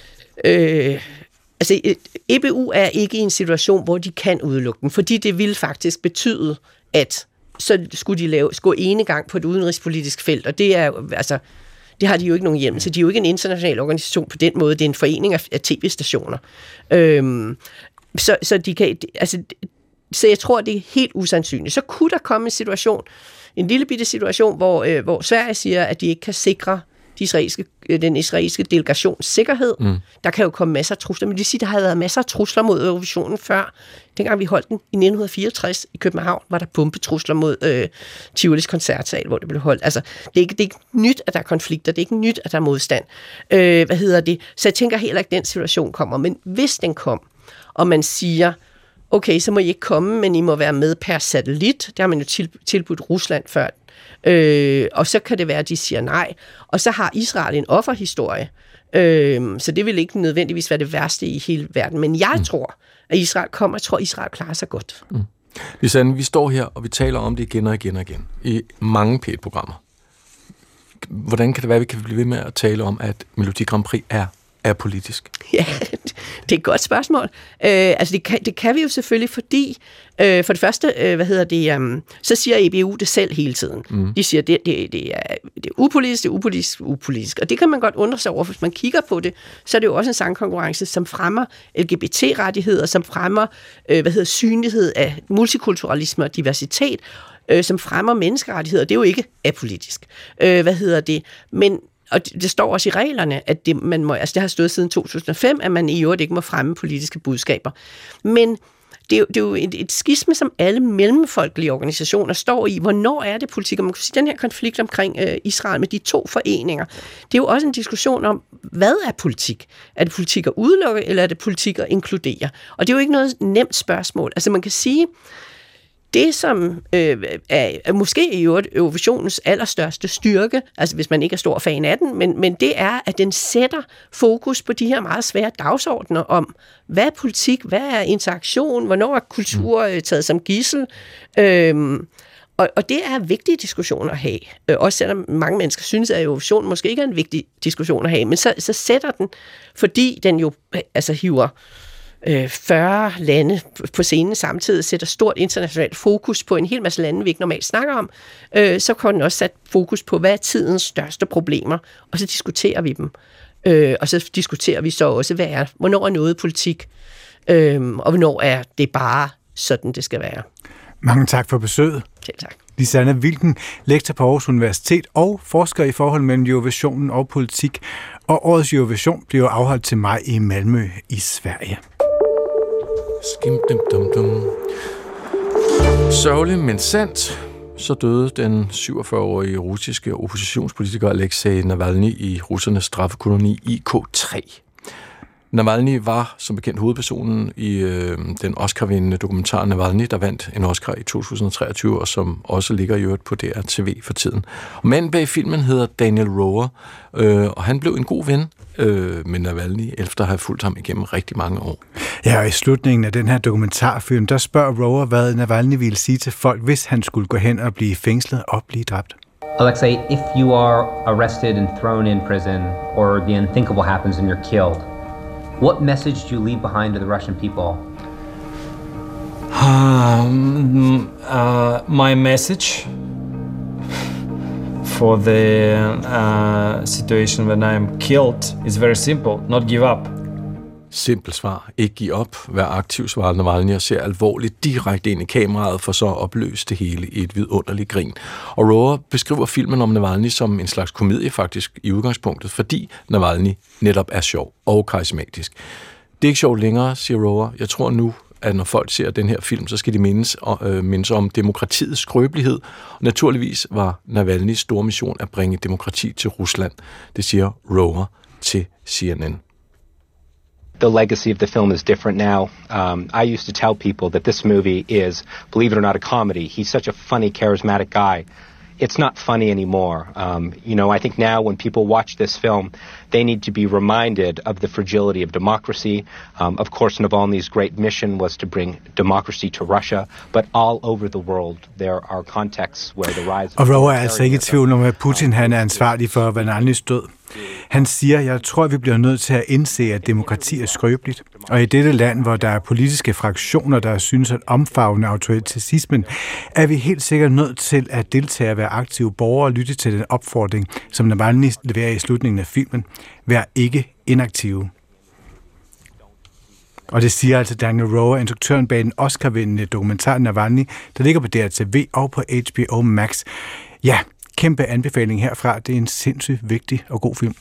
øh, altså, E B U er ikke i en situation, hvor de kan udelukke dem, fordi det vil faktisk betyde, at så skulle de lave, skulle ene gang på et udenrigspolitisk felt, og det er altså, det har de jo ikke nogen hjem, så de er jo ikke en international organisation på den måde. Det er en forening af, af tv-stationer. Øh, så, så de kan, altså, Så jeg tror, det er helt usandsynligt. Så kunne der komme en situation, en lille bitte situation, hvor, øh, hvor Sverige siger, at de ikke kan sikre de israelske, øh, den israelske delegations sikkerhed. Mm. Der kan jo komme masser af trusler, men de siger, der har været masser af trusler mod Eurovisionen før. Dengang vi holdt den i nitten fireogtres i København, var der bombetrusler mod øh, Tivolis koncertsal, hvor det blev holdt. Altså, det er, ikke, det er ikke nyt, at der er konflikter. Det er ikke nyt, at der er modstand. Øh, hvad hedder det? Så jeg tænker heller ikke, at den situation kommer. Men hvis den kom, og man siger, okay, så må I ikke komme, men I må være med per satellit. Det har man jo tilbudt Rusland før. Øh, og så kan det være, at de siger nej. Og så har Israel en offerhistorie. Øh, så det vil ikke nødvendigvis være det værste i hele verden. Men jeg mm. tror, at Israel kommer. Jeg tror, Israel klarer sig godt. Mm. Lisanne, vi står her, og vi taler om det igen og igen og igen. I mange P et-programmer. Hvordan kan det være, at vi kan blive ved med at tale om, at Melodi Grand Prix er er politisk? Ja, det er et godt spørgsmål. Øh, altså det kan, det kan vi jo selvfølgelig, fordi øh, for det første, øh, hvad hedder det, um, så siger E B U det selv hele tiden. Mm. De siger, det, det, det, er, det er upolitisk, det er upolitisk, upolitisk. Og det kan man godt undre sig over, hvis man kigger på det, så er det jo også en sangkonkurrence, som fremmer L G B T-rettigheder, som fremmer, øh, hvad hedder, synlighed af multikulturalisme og diversitet, øh, som fremmer menneskerettigheder. Det er jo ikke apolitisk. Øh, hvad hedder det? Men og det står også i reglerne, at det, man må, altså det har stået siden to tusind og fem, at man i øvrigt ikke må fremme politiske budskaber. Men det er jo, det er jo et, et skisme, som alle mellemfolkelige organisationer står i. Hvornår er det politik? Og man kan sige, den her konflikt omkring øh, Israel med de to foreninger, det er jo også en diskussion om, hvad er politik? Er det politik at udelukke, eller er det politik at inkludere? Og det er jo ikke noget nemt spørgsmål. Altså man kan sige, det, som øh, er, er måske i øvrigt Eurovisionens allerstørste styrke, altså hvis man ikke er stor fan af den, men, men det er, at den sætter fokus på de her meget svære dagsordner om, hvad er politik, hvad er interaktion, hvornår er kultur øh, taget som gidsel, øhm, og, og det er vigtige diskussioner at have. Øh, også selvom mange mennesker synes, at Eurovision måske ikke er en vigtig diskussion at have, men så, så sætter den, fordi den jo altså hiver fyrre lande på scenen samtidig, sætter stort internationalt fokus på en hel masse lande, vi ikke normalt snakker om, øh, så kan den også sætte fokus på, hvad er tidens største problemer, og så diskuterer vi dem. Øh, og så diskuterer vi så også, hvad er, hvornår er noget politik, øh, og hvornår er det bare sådan, det skal være. Mange tak for besøget. Selv tak. Lisanne Wilken, lektor på Aarhus Universitet og forsker i forhold mellem Eurovisionen og politik. Og årets Eurovision bliver afholdt til maj i Malmø i Sverige. Skim, dum, dum, dum. Sørgeligt, men sandt. så døde den syvogfyrre-årige russiske oppositionspolitiker Alexei Navalny i russernes straffekoloni I K tre. Navalny var som bekendt hovedpersonen i øh, den Oscar-vindende dokumentar Navalny, der vandt en Oscar i to tusind og treogtyve, og som også ligger i øvrigt på D R T V for tiden. Og manden bag filmen hedder Daniel Roher, øh, og han blev en god ven øh, med Navalny, efter at have fulgt ham igennem rigtig mange år. Ja, og i slutningen af den her dokumentarfilm, der spørger Roher, hvad Navalny ville sige til folk, hvis han skulle gå hen og blive fængslet og blive dræbt. Alexei, if you are arrested and thrown in prison, or the unthinkable happens and you're killed, what message do you leave behind to the Russian people? Um, uh, my message for the uh, situation when I'm killed is very simple. Not give up. Simpelt svar. Ikke give op. Vær aktiv, svarer Navalny og ser alvorligt direkte ind i kameraet for så at opløse det hele i et vidunderligt grin. Og Roher beskriver filmen om Navalny som en slags komedie faktisk i udgangspunktet, fordi Navalny netop er sjov og karismatisk. Det er ikke sjovt længere, siger Roher. Jeg tror nu, at når folk ser den her film, så skal de mindes, øh, mindes om demokratiets skrøbelighed. Og naturligvis var Navalnys store mission at bringe demokrati til Rusland. Det siger Roher til C N N. The legacy of the film is different now. Um, I used to tell people that this movie is, believe it or not, a comedy. He's such a funny, charismatic guy. It's not funny anymore. Um, you know, I think now when people watch this film, they need to be reminded of the fragility of democracy. Um, of course, Navalny's great mission was to bring democracy to Russia, but all over the world there are contexts where the rise of... Og Roher er altså ikke i tvivl om, at Putin han er ansvarlig for Navalnys død. Han siger, jeg tror, vi bliver nødt til at indse, at demokrati er skrøbeligt. Og i dette land, hvor der er politiske fraktioner, der synes at omfavne autoritarismen, er vi helt sikkert nødt til at deltage og være aktive borgere og lytte til den opfordring, som Navalny leverer i slutningen af filmen. Vær ikke inaktive. Og det siger altså Daniel Roher, instruktøren bag den Oscar-vindende dokumentar Navalny, der ligger på D R T V og på H B O Max. Ja, kæmpe anbefaling herfra. Det er en sindssygt vigtig og god film.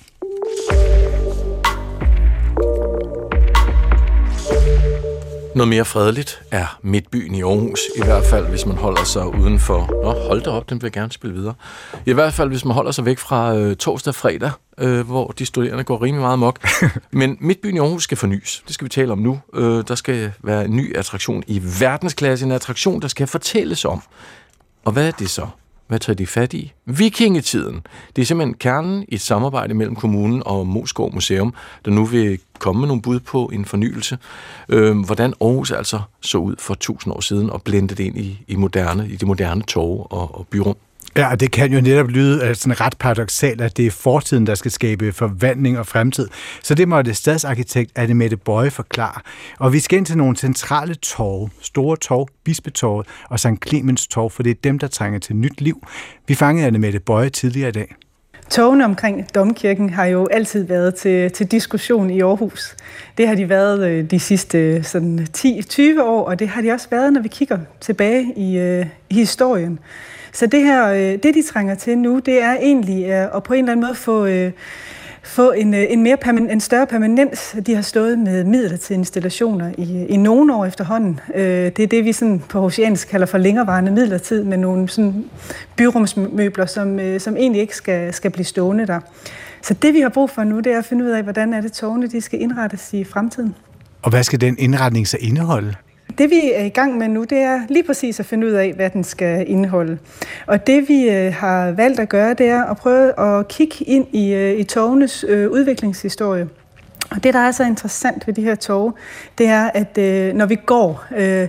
Noget mere fredeligt er midtbyen i Aarhus, i hvert fald hvis man holder sig uden for... Nå, hold da op, den vil jeg gerne spille videre. I hvert fald hvis man holder sig væk fra øh, torsdag og fredag, øh, hvor de studerende går rimelig meget mok. Men midtbyen i Aarhus skal fornyes. Det skal vi tale om nu. Øh, der skal være en ny attraktion i verdensklasse, en attraktion, der skal fortælles om. Og hvad er det så? Hvad tager de fat i? Vikingetiden. Det er simpelthen kernen i et samarbejde mellem kommunen og Moesgaard Museum, der nu vil komme med nogle bud på en fornyelse. Øh, hvordan Aarhus altså så ud for tusind år siden og blendede ind i, i, moderne, i de moderne torve og, og byrum. Ja, og det kan jo netop lyde sådan ret paradoksalt, at det er fortiden, der skal skabe forvandling og fremtid. Så det måtte stadsarkitekt Annemette Boye forklare. Og vi skal ind til nogle centrale torve, Store Torv, Bispetorvet og Sankt Clemens Torv, for det er dem, der trænger til nyt liv. Vi fangede Annemette Boye tidligere i dag. Torvene omkring Domkirken har jo altid været til, til diskussion i Aarhus. Det har de været de sidste sådan, ti til tyve år, og det har de også været, når vi kigger tilbage i, øh, i historien. Så det her, det de trænger til nu, det er egentlig at på en eller anden måde få, få en, en, mere permanent, en større permanens. De har stået med midlertidige installationer i, i nogle år efterhånden. Det er det, vi sådan på oceansk kalder for længerevarende midlertid, med nogle sådan byrumsmøbler, som, som egentlig ikke skal, skal blive stående der. Så det, vi har brug for nu, det er at finde ud af, hvordan er det tårne, de skal indrettes i fremtiden. Og hvad skal den indretning så indeholde? Det vi er i gang med nu, det er lige præcis at finde ud af, hvad den skal indeholde. Og det vi har valgt at gøre, det er at prøve at kigge ind i, i torvenes udviklingshistorie. Og det, der er så interessant ved de her torve, det er, at når vi går...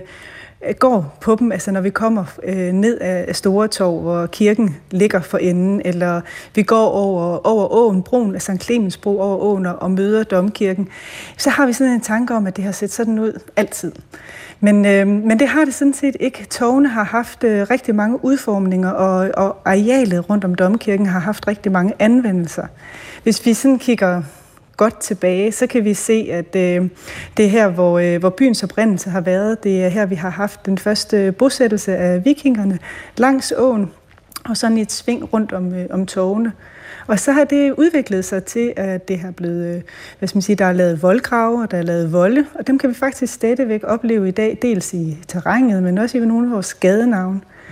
går på dem, altså når vi kommer øh, ned af Store Torv, hvor kirken ligger for enden, eller vi går over, over åen, broen af Sankt Clemens bro over åen og møder Domkirken, så har vi sådan en tanke om, at det har set sådan ud altid. Men, øh, men det har det sådan set ikke. Torvene har haft øh, rigtig mange udformninger, og, og arealet rundt om Domkirken har haft rigtig mange anvendelser. Hvis vi sådan kigger godt tilbage, så kan vi se, at øh, det er her, hvor, øh, hvor byens oprindelse har været. Det er her, vi har haft den første bosættelse af vikingerne langs åen, og sådan et sving rundt om, øh, om torvene. Og så har det udviklet sig til, at det har blevet, øh, hvad skal man sige, der er lavet voldgrave, og der er lavet volde, og dem kan vi faktisk stadigvæk opleve i dag, dels i terrænet, men også i nogle af vores gadenavne.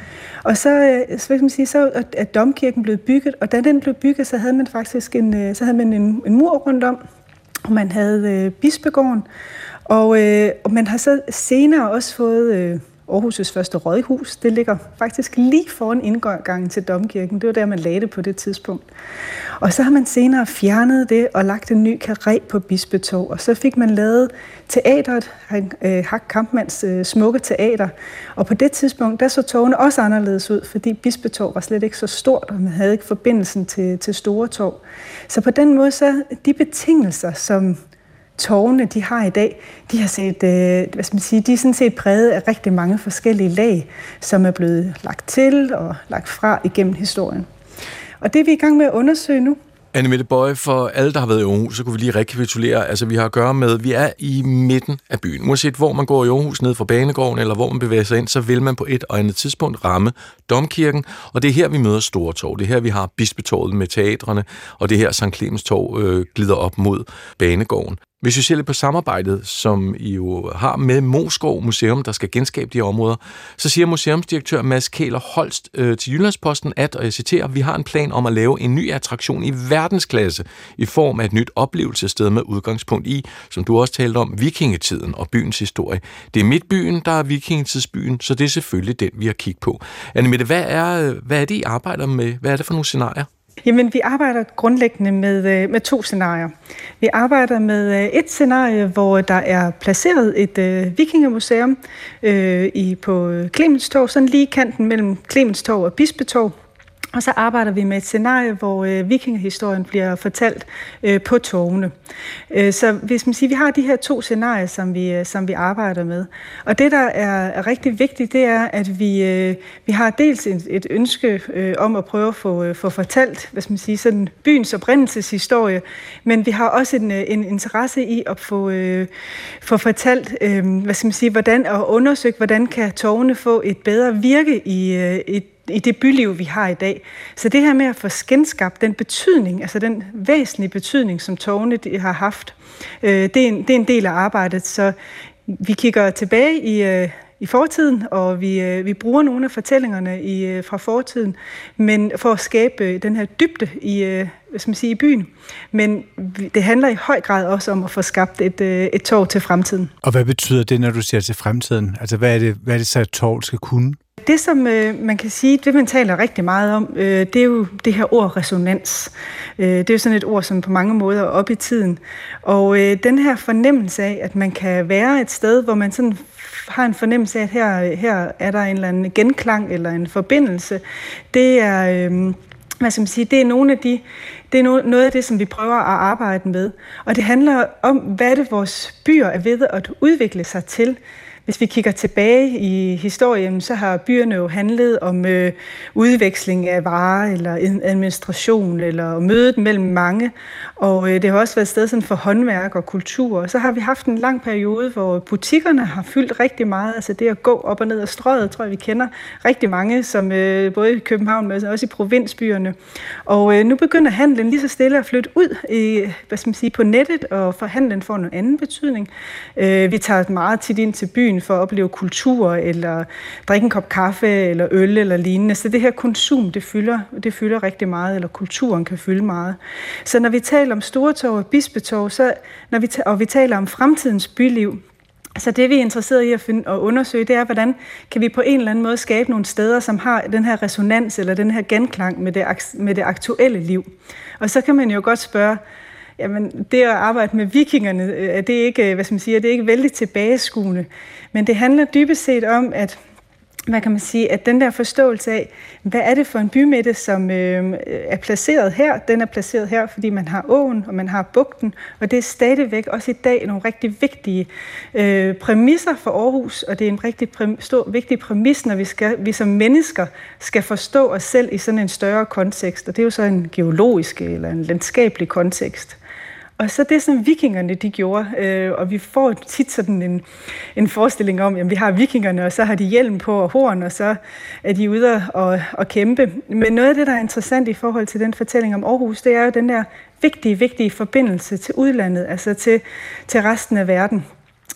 Og så, så kan man sige, så er domkirken blevet bygget, og da den blev bygget, så havde man faktisk en, så havde man en, en mur rundt om, og man havde øh, bispegården, og, øh, og man har så senere også fået øh, Aarhus' første rådhus. Det ligger faktisk lige foran indgangen til domkirken. Det var der, man lagde det på det tidspunkt. Og så har man senere fjernet det og lagt en ny karré på Bispetorv. Og så fik man lavet teatret, Hack Kampmanns øh, smukke teater. Og på det tidspunkt, der så togene også anderledes ud, fordi Bispetorv var slet ikke så stort, og man havde ikke forbindelsen til, til Store Torv. Så på den måde, så de betingelser, som tårne, de har i dag, de har set, øh, hvad skal man sige, de er sådan set præget af rigtig mange forskellige lag, som er blevet lagt til og lagt fra igennem historien. Og det er vi i gang med at undersøge nu. Anne-Mette Boye, for alle, der har været i Aarhus, så kunne vi lige rekapitulere. Altså, vi har at gøre med, vi er i midten af byen. Uanset hvor man går i Aarhus, ned fra Banegården, eller hvor man bevæger sig ind, så vil man på et og andet tidspunkt ramme domkirken. Og det er her, vi møder Store Torv. Det er her, vi har Bispetorvet med teatrene, og det er her, Sankt Clemens Torv øh, glider op mod Banegården. Hvis vi ser lidt på samarbejdet, som I jo har med Moskov Museum, der skal genskabe de her områder, så siger museumsdirektør Mads Kæler Holst øh, til Jyllandsposten, at, og jeg citerer, vi har en plan om at lave en ny attraktion i verdensklasse i form af et nyt oplevelsessted med udgangspunkt i, som du også talte om, vikingetiden og byens historie. Det er midtbyen, der er vikingetidsbyen, så det er selvfølgelig den, vi har kigget på. Anne-Mette, hvad er, hvad er det, I arbejder med? Hvad er det for nogle scenarier? Jamen, vi arbejder grundlæggende med, med to scenarier. Vi arbejder med et scenarie, hvor der er placeret et øh, vikingemuseum øh, i, på Clemens Torv, sådan lige kanten mellem Clemens Torv og Bispetorv. Og så arbejder vi med et scenarie, hvor øh, vikingehistorien bliver fortalt øh, på torvene. Øh, så hvis man siger, vi har de her to scenarier, som vi, øh, som vi arbejder med. Og det, der er, er rigtig vigtigt, det er, at vi, øh, vi har dels et, et ønske øh, om at prøve at få, øh, få fortalt, hvad skal man sige, sådan byens oprindelseshistorie, men vi har også en, en interesse i at få, øh, få fortalt, øh, hvad skal man sige, hvordan og undersøgt, hvordan kan torvene få et bedre virke i øh, et i det byliv, vi har i dag. Så det her med at få genskabt den betydning, altså den væsentlige betydning, som torvene har haft, øh, det, er en, det er en del af arbejdet. Så vi kigger tilbage i, øh, i fortiden, og vi, øh, vi bruger nogle af fortællingerne i, øh, fra fortiden, men for at skabe øh, den her dybde i, øh, hvad skal man sige, i byen. Men det handler i høj grad også om at få skabt et, øh, et torv til fremtiden. Og hvad betyder det, når du siger til fremtiden? Altså, hvad er det, hvad er det så, et torv skal kunne? Det, som øh, man kan sige, det man taler rigtig meget om, øh, det er jo det her ord resonans. Øh, det er jo sådan et ord, som på mange måder er oppe i tiden. Og øh, den her fornemmelse af, at man kan være et sted, hvor man sådan har en fornemmelse af, at her, her er der en eller anden genklang eller en forbindelse, det er, øh, hvad skal man sige, det er nogle af de, det er noget af det, som vi prøver at arbejde med. Og det handler om, hvad det vores byer er ved at udvikle sig til. Hvis vi kigger tilbage i historien, så har byerne jo handlet om øh, udveksling af varer, eller administration, eller mødet mellem mange. Og øh, det har også været et sted sådan for håndværk og kultur. Og så har vi haft en lang periode, hvor butikkerne har fyldt rigtig meget. Altså det at gå op og ned ad strøget, tror jeg, vi kender rigtig mange, som øh, både i København, men også i provinsbyerne. Og øh, nu begynder handlen lige så stille at flytte ud i, hvad skal man sige, på nettet, og for handlen får en anden betydning. Øh, vi tager meget tit ind til byen for at opleve kultur, eller drikke en kop kaffe, eller øl, eller lignende. Så det her konsum, det fylder, det fylder rigtig meget, eller kulturen kan fylde meget. Så når vi taler om Store Torv og Bispetorv, så når vi og vi taler om fremtidens byliv, så det vi er interesseret i at, finde, at undersøge, det er, hvordan kan vi på en eller anden måde skabe nogle steder, som har den her resonans, eller den her genklang med det, med det aktuelle liv. Og så kan man jo godt spørge, jamen, det at arbejde med vikingerne, er det ikke, hvad skal man sige, er det ikke vældig tilbageskuende. Men det handler dybest set om, at, hvad kan man sige, at den der forståelse af, hvad er det for en bymidte, som øh, er placeret her? Den er placeret her, fordi man har åen, og man har bugten, og det er stadigvæk også i dag nogle rigtig vigtige øh, præmisser for Aarhus, og det er en rigtig præ- stor, vigtig præmis, når vi, skal, vi som mennesker skal forstå os selv i sådan en større kontekst, og det er jo så en geologisk eller en landskabelig kontekst. Og så det, som vikingerne de gjorde, øh, og vi får tit sådan en, en forestilling om, at vi har vikingerne, og så har de hjelm på og horn, og så er de ude og, og kæmpe. Men noget af det, der er interessant i forhold til den fortælling om Aarhus, det er jo den der vigtige, vigtige forbindelse til udlandet, altså til, til resten af verden.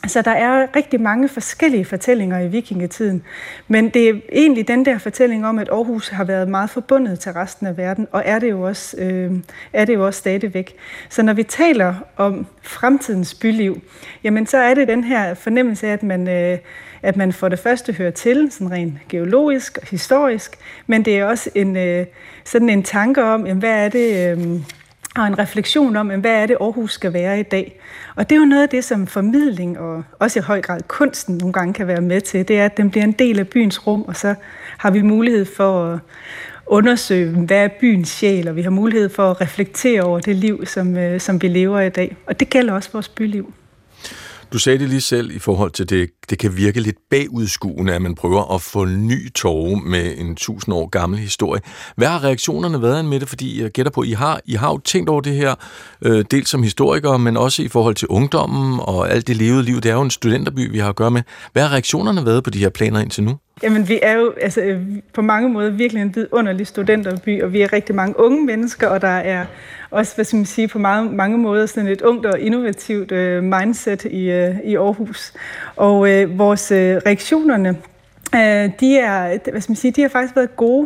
Så der er rigtig mange forskellige fortællinger i vikingetiden, men det er egentlig den der fortælling om, at Aarhus har været meget forbundet til resten af verden, og er det jo også, øh, er det jo også stadigvæk. Så når vi taler om fremtidens byliv, jamen så er det den her fornemmelse af, at man, øh, at man for det første hører til, sådan rent geologisk og historisk, men det er også en, øh, sådan en tanke om, jamen, hvad er det... Øh, og en refleksion om, hvad er det, Aarhus skal være i dag. Og det er jo noget af det, som formidling og også i høj grad kunsten nogle gange kan være med til. Det er, at den bliver en del af byens rum, og så har vi mulighed for at undersøge, hvad er byens sjæl, og vi har mulighed for at reflektere over det liv, som, som vi lever i dag. Og det gælder også vores byliv. Du sagde det lige selv i forhold til det, det kan virke lidt bagudskuende, at man prøver at få ny torve med en tusind år gammel historie. Hvad har reaktionerne været med det? Fordi jeg gætter på, I har, I har jo tænkt over det her, øh, dels som historikere, men også i forhold til ungdommen og alt det levede liv. Det er jo en studenterby, vi har at gøre med. Hvad har reaktionerne været på de her planer indtil nu? Jamen, vi er jo altså, på mange måder virkelig en vidunderlig studenterby, og vi er rigtig mange unge mennesker, og der er også, hvad skal man sige, på mange, mange måder sådan et ungt og innovativt øh, mindset i, øh, i Aarhus. Og øh, vores øh, reaktionerne, de er, hvad skal man sige, de har faktisk været gode.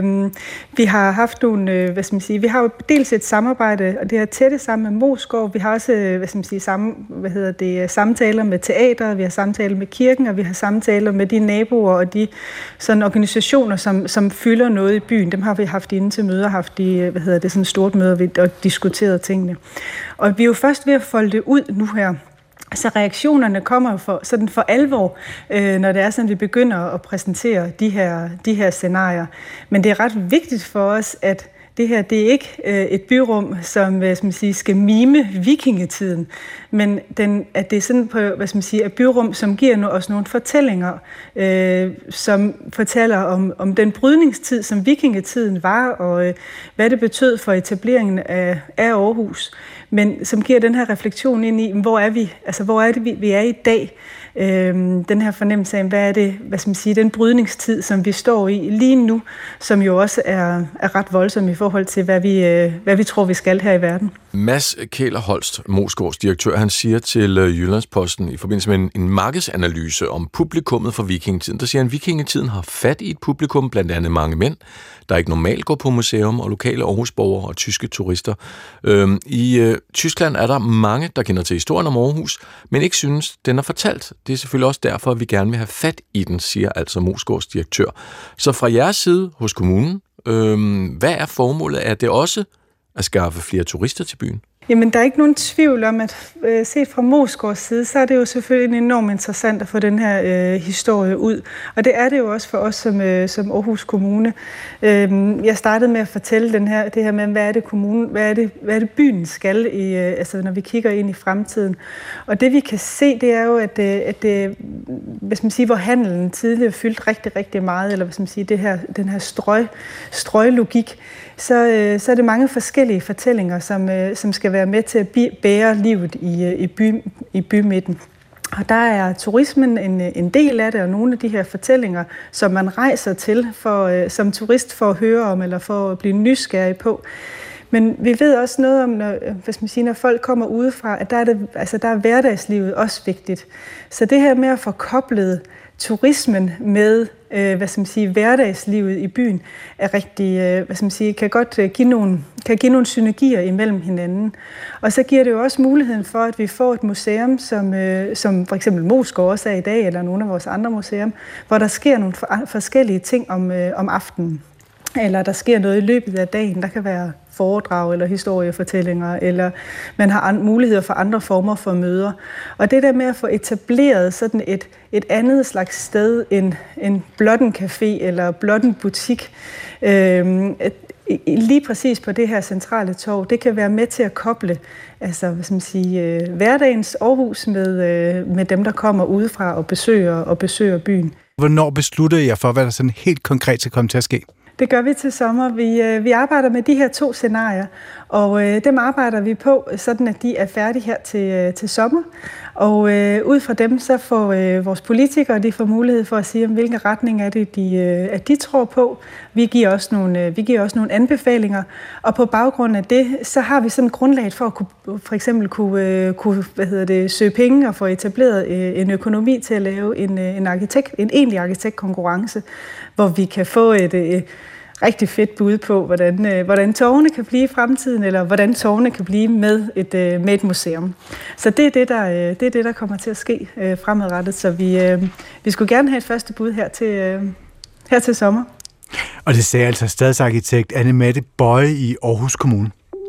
Vi har haft nogle, hvad skal man sige, vi har jo dels et samarbejde, og det er tætte sammen med Moesgaard. Vi har også, hvad skal man sige, samme, hvad hedder det, samtaler med teater, vi har samtaler med kirken, og vi har samtaler med de naboer og de sådan organisationer, som, som fylder noget i byen. Dem har vi haft inde til møder, haft de, hvad hedder det, sådan et stort møde og diskuteret tingene. Og vi er jo først ved at folde det ud nu her. Så reaktionerne kommer for, sådan for alvor, øh, når det er sådan, vi begynder at præsentere de her, de her scenarier. Men det er ret vigtigt for os, at det her, det er ikke øh, et byrum, som hvad skal man sige, skal mime vikingetiden, men den, at det er sådan på, hvad skal man sige, et byrum, som giver os nogle fortællinger, øh, som fortæller om, om den brydningstid, som vikingetiden var, og øh, hvad det betød for etableringen af, af Aarhus, men som giver den her refleksion ind i, hvor er vi, altså hvor er det, vi, vi er i dag. Øhm, den her fornemmelse af, hvad er det, hvad skal man sige, den brydningstid, som vi står i lige nu, som jo også er, er ret voldsom i forhold til, hvad vi, øh, hvad vi tror, vi skal her i verden. Mads Kæler Holst, Moesgaards direktør, han siger til Jyllandsposten i forbindelse med en, en markedsanalyse om publikummet for vikingetiden. Der siger han, at vikingetiden har fat i et publikum, blandt andet mange mænd, der ikke normalt går på museum, og lokale Aarhusborgere og tyske turister. Øhm, I øh, Tyskland er der mange, der kender til historien om Aarhus, men ikke synes, den er fortalt. Det er selvfølgelig også derfor, at vi gerne vil have fat i den, siger altså Moesgaards direktør. Så fra jeres side hos kommunen, øhm, hvad er formålet? Er det også at skaffe flere turister til byen? Jamen, der er ikke nogen tvivl om, at øh, set fra Moesgaards side, så er det jo selvfølgelig enormt interessant at få den her øh, historie ud. Og det er det jo også for os som, øh, som Aarhus Kommune. Øh, jeg startede med at fortælle den her, det her med, hvad er det kommunen, hvad er det, hvad er det byen skal, i, øh, altså, når vi kigger ind i fremtiden. Og det vi kan se, det er jo, at, øh, at øh, hvad skal man sige, hvor handelen tidligere fyldt rigtig, rigtig meget, eller hvad skal man sige, det her, den her strøg, strøglogik, så, øh, så er det mange forskellige fortællinger, som, øh, som skal være med til at bære livet i, i, by, i bymidten. Og der er turismen en, en del af det, og nogle af de her fortællinger, som man rejser til for, øh, som turist for at høre om, eller for at blive nysgerrig på. Men vi ved også noget om, når, hvad skal man sige, når folk kommer udefra, at der er, det, altså der er hverdagslivet også vigtigt. Så det her med at få koblet turismen med øh, hvad skal man sige, hverdagslivet i byen er rigtig, øh, hvad skal man sige, kan godt øh, give nogle, kan give nogle synergier imellem hinanden. Og så giver det jo også muligheden for, at vi får et museum, som, øh, som for eksempel Moesgaard også er i dag, eller nogle af vores andre museer, hvor der sker nogle for, forskellige ting om, øh, om aftenen. Eller der sker noget i løbet af dagen. Der kan være foredrag eller historiefortællinger, eller man har an- muligheder for andre former for møder. Og det der med at få etableret sådan et, et andet slags sted end, end blot en café eller blot en butik, øh, lige præcis på det her centrale torv, det kan være med til at koble altså, hvad skal man sige, øh, hverdagens Aarhus med, øh, med dem, der kommer udefra og besøger, og besøger byen. Hvornår besluttede jeg for, hvad der sådan helt konkret skal komme til at ske? Det gør vi til sommer. Vi, øh, vi arbejder med de her to scenarier, og øh, dem arbejder vi på, sådan at de er færdige her til, øh, til sommer. Og øh, ud fra dem, så får øh, vores politikere de får mulighed for at sige, om hvilken retning er det, de, øh, at de tror på. Vi giver, også nogle, øh, vi giver også nogle anbefalinger, og på baggrund af det, så har vi sådan et grundlag for at kunne, for eksempel kunne, øh, kunne hvad hedder det, søge penge og få etableret øh, en økonomi til at lave en, øh, en, arkitekt, en egentlig arkitektkonkurrence, hvor vi kan få et øh, rigtig fedt bud på, hvordan, øh, hvordan tårne kan blive i fremtiden, eller hvordan tårne kan blive med et, øh, med et museum. Så det er det, der, øh, det er det, der kommer til at ske øh, fremadrettet. Så vi, øh, vi skulle gerne have et første bud her til, øh, her til sommer. Og det sagde altså stadsarkitekt Anne-Mette Boye i Aarhus Kommune.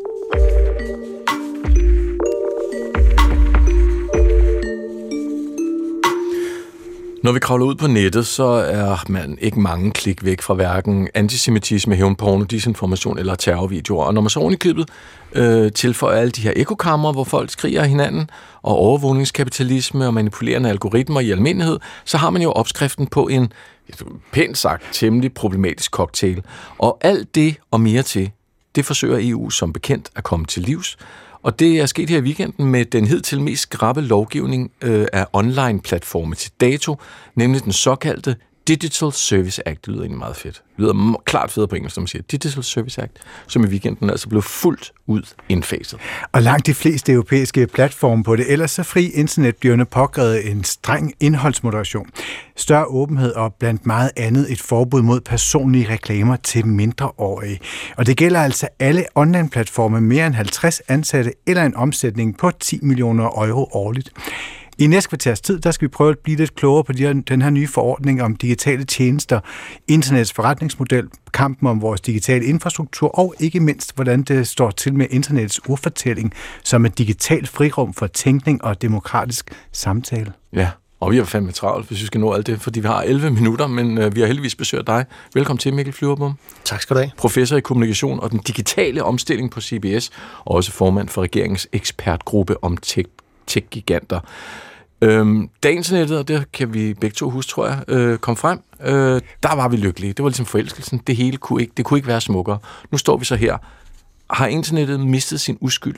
Når vi kravler ud på nettet, så er man ikke mange klik væk fra hverken antisemitisme, hævnporno, disinformation eller terrorvideoer. Og når man så oven i købet øh, tilføjer alle de her ekokammer, hvor folk skriger af hinanden, og overvågningskapitalisme og manipulerende algoritmer i almindelighed, så har man jo opskriften på en, pænt sagt, temmelig problematisk cocktail. Og alt det og mere til, det forsøger E U som bekendt at komme til livs. Og det er sket her i weekenden med den hidtil mest skrappe lovgivning øh, af online-platforme til dato, nemlig den såkaldte Digital Service Act. Det lyder egentlig meget fedt. Det lyder klart federe på engelsk, når man siger Digital Service Act, som i weekenden altså blev fuldt ud indfaset. Og langt de fleste europæiske platforme på det ellers så fri internet bliver nu påkrævet en streng indholdsmoderation, større åbenhed og blandt meget andet et forbud mod personlige reklamer til mindreårige. Og det gælder altså alle online-platforme mere end halvtreds ansatte eller en omsætning på ti millioner euro årligt. I næste kvarters tid, der skal vi prøve at blive lidt klogere på den her nye forordning om digitale tjenester, internets forretningsmodel, kampen om vores digitale infrastruktur og ikke mindst, hvordan det står til med internets urfortælling som et digitalt frirum for tænkning og demokratisk samtale. Ja, og vi har fandme travlt, hvis vi skal nå alt det, fordi vi har elleve minutter, men øh, vi har heldigvis besøgt dig. Velkommen til, Mikkel Flyverbom. Tak skal du have. Professor i kommunikation og den digitale omstilling på C B S, og også formand for regeringens ekspertgruppe om tech tech-giganter. Øhm, da internettet, og det kan vi begge to huske, tror jeg, øh, kom frem, øh, der var vi lykkelige. Det var ligesom forelskelsen. Det hele kunne ikke, det kunne ikke være smukkere. Nu står vi så her. Har internettet mistet sin uskyld?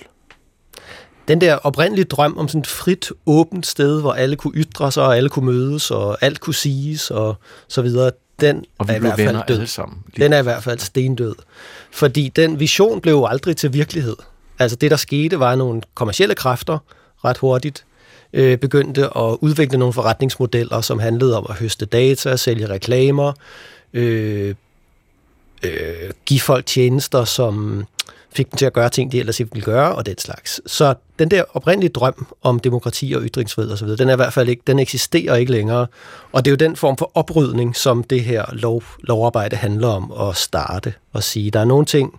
Den der oprindelige drøm om sådan et frit, åbent sted, hvor alle kunne ytre sig, og alle kunne mødes, og alt kunne siges, og så videre, den og vi er i hvert fald død. Sammen. Den er i hvert fald stendød. Fordi den vision blev jo aldrig til virkelighed. Altså det, der skete, var nogle kommercielle kræfter, ret hurtigt, øh, begyndte at udvikle nogle forretningsmodeller, som handlede om at høste data, sælge reklamer, øh, øh, give folk tjenester, som fik dem til at gøre ting, de ellers ikke ville gøre, og den slags. Så den der oprindelige drøm om demokrati og ytringsfrihed osv., den er i hvert fald ikke, den eksisterer ikke længere. Og det er jo den form for oprydning, som det her lov, lovarbejde handler om at starte og sige, der er nogle ting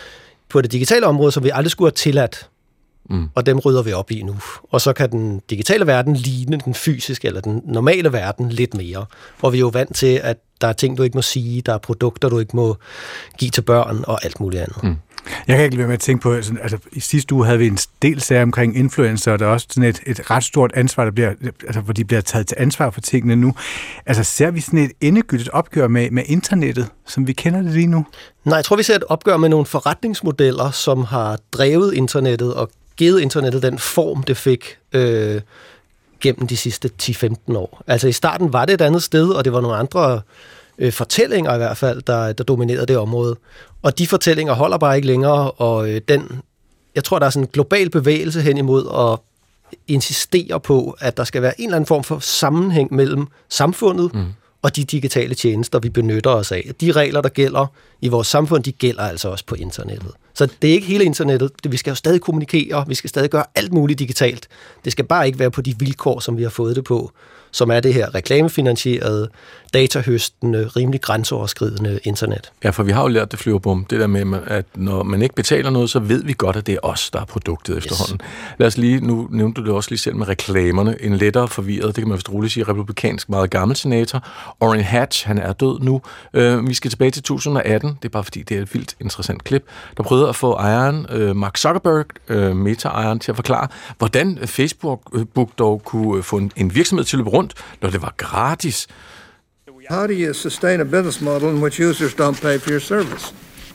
på det digitale område, som vi aldrig skulle have tilladt, Mm. og dem rydder vi op i nu. Og så kan den digitale verden ligne den fysiske eller den normale verden lidt mere. Hvor vi er jo vant til, at der er ting, du ikke må sige, der er produkter, du ikke må give til børn og alt muligt andet. Mm. Jeg kan ikke lade være med at tænke på, sådan, altså i sidste uge havde vi en del sager omkring influencer, og der er også sådan et, et ret stort ansvar, der bliver, altså, hvor de bliver taget til ansvar for tingene nu. Altså ser vi sådan et endegyldigt opgør med, med internettet, som vi kender det lige nu? Nej, jeg tror, vi ser et opgør med nogle forretningsmodeller, som har drevet internettet og givet internettet den form, det fik øh, gennem de sidste ti til femten år. Altså i starten var det et andet sted, og det var nogle andre øh, fortællinger i hvert fald, der, der dominerede det område. Og de fortællinger holder bare ikke længere, og øh, den, jeg tror, der er sådan en global bevægelse hen imod at insistere på, at der skal være en eller anden form for sammenhæng mellem samfundet mm. og de digitale tjenester, vi benytter os af. De regler, der gælder i vores samfund, de gælder altså også på internettet. Så det er ikke hele internettet. Vi skal jo stadig kommunikere, vi skal stadig gøre alt muligt digitalt. Det skal bare ikke være på de vilkår, som vi har fået det på, som er det her reklamefinansierede, datahøstende, rimelig grænseoverskridende internet. Ja, for vi har jo lært det, Flyverbom, det der med, at når man ikke betaler noget, så ved vi godt, at det er os, der er produktet yes. efterhånden. Lad os lige, nu nævnte du det også lige selv med reklamerne, en lettere forvirret, det kan man vist roligt sige, republikansk meget gammel senator, Orrin Hatch, han er død nu. Uh, vi skal tilbage til to tusind og atten, det er bare fordi, det er et vildt interessant klip, der prøvede at få ejeren, uh, Mark Zuckerberg, uh, Meta-ejeren, til at forklare, hvordan Facebook dog kunne få en, en virksomhed til at løbe rundt, når det var gratis. How do you sustain a business model in which users don't pay for your service?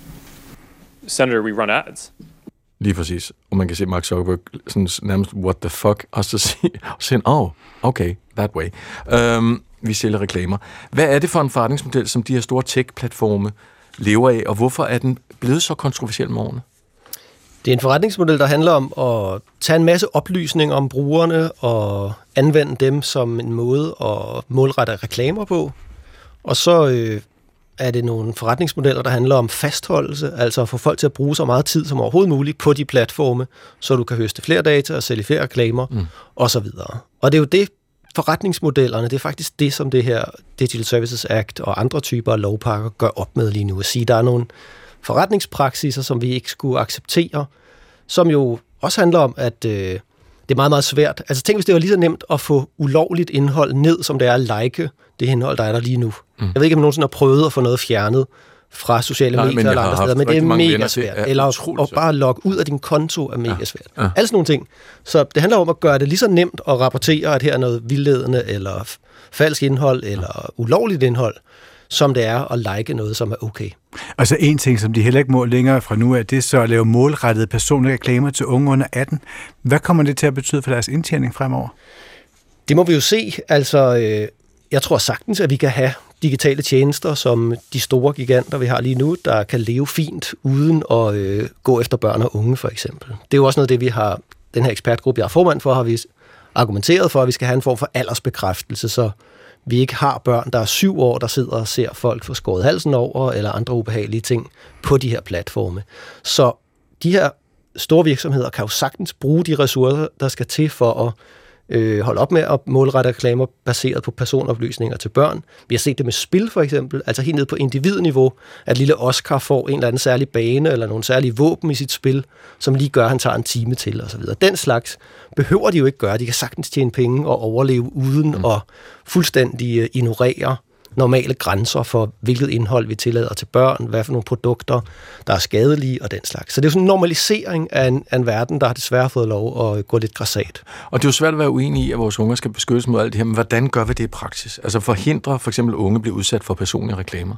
Senator, we run ads. Lige præcis. Og man kan se Mark Zuckerberg sådan nærmest, what the fuck? Og så sige, oh, okay, that way. Um, vi sælger reklamer. Hvad er det for en forretningsmodel, som de her store tech-platforme lever af, og hvorfor er den blevet så kontroversiel med årene? Det er en forretningsmodel, der handler om at tage en masse oplysninger om brugerne og anvende dem som en måde at målrette reklamer på. Og så øh, er det nogle forretningsmodeller, der handler om fastholdelse, altså at få folk til at bruge så meget tid som overhovedet muligt på de platforme, så du kan høste flere data og sælge flere reklamer mm. osv. Og det er jo det, forretningsmodellerne, det er faktisk det, som det her Digital Services Act og andre typer af lovpakker gør op med lige nu. At sige, der er nogle forretningspraksiser, som vi ikke skulle acceptere, som jo også handler om, at øh, det er meget, meget svært. Altså tænk, hvis det var lige så nemt at få ulovligt indhold ned, som det er at like det indhold, der er der lige nu. Mm. Jeg ved ikke, om man nogensinde har prøvet at få noget fjernet fra sociale Nej, medier eller andre steder, men det er mega svært. Eller at bare logge ud af din konto er mega ja. svært. Ja. Alle sådan nogle ting. Så det handler om at gøre det lige så nemt at rapportere, at her er noget vildledende, eller falsk indhold, eller ulovligt indhold, som det er at like noget, som er okay. Og så en ting, som de heller ikke må længere fra nu af, det er så at lave målrettede personlige reklamer til unge under atten. Hvad kommer det til at betyde for deres indtjening fremover? Det må vi jo se. Altså, øh, jeg tror sagtens, at vi kan have digitale tjenester, som de store giganter, vi har lige nu, der kan leve fint uden at øh, gå efter børn og unge, for eksempel. Det er jo også noget af det, vi har, den her ekspertgruppe, jeg er formand for, har vi argumenteret for, at vi skal have en form for aldersbekræftelse, så vi ikke har børn, der er syv år, der sidder og ser folk få skåret halsen over, eller andre ubehagelige ting på de her platforme. Så de her store virksomheder kan jo sagtens bruge de ressourcer, der skal til for at øh, holde op med at målrette reklamer baseret på personoplysninger til børn. Vi har set det med spil for eksempel, altså helt ned på individniveau, at lille Oscar får en eller anden særlig bane eller nogle særlige våben i sit spil, som lige gør, at han tager en time til osv. Den slags behøver de jo ikke gøre. De kan sagtens tjene penge og overleve uden mm. at fuldstændig ignorere normale grænser for, hvilket indhold vi tillader til børn, hvad for nogle produkter, der er skadelige og den slags. Så det er jo sådan en normalisering af en, af en verden, der har desværre fået lov at gå lidt grassat. Og det er jo svært at være uenig i, at vores unger skal beskyttes mod alt det her, men hvordan gør vi det i praksis? Altså forhindre for eksempel unge bliver udsat for personlige reklamer?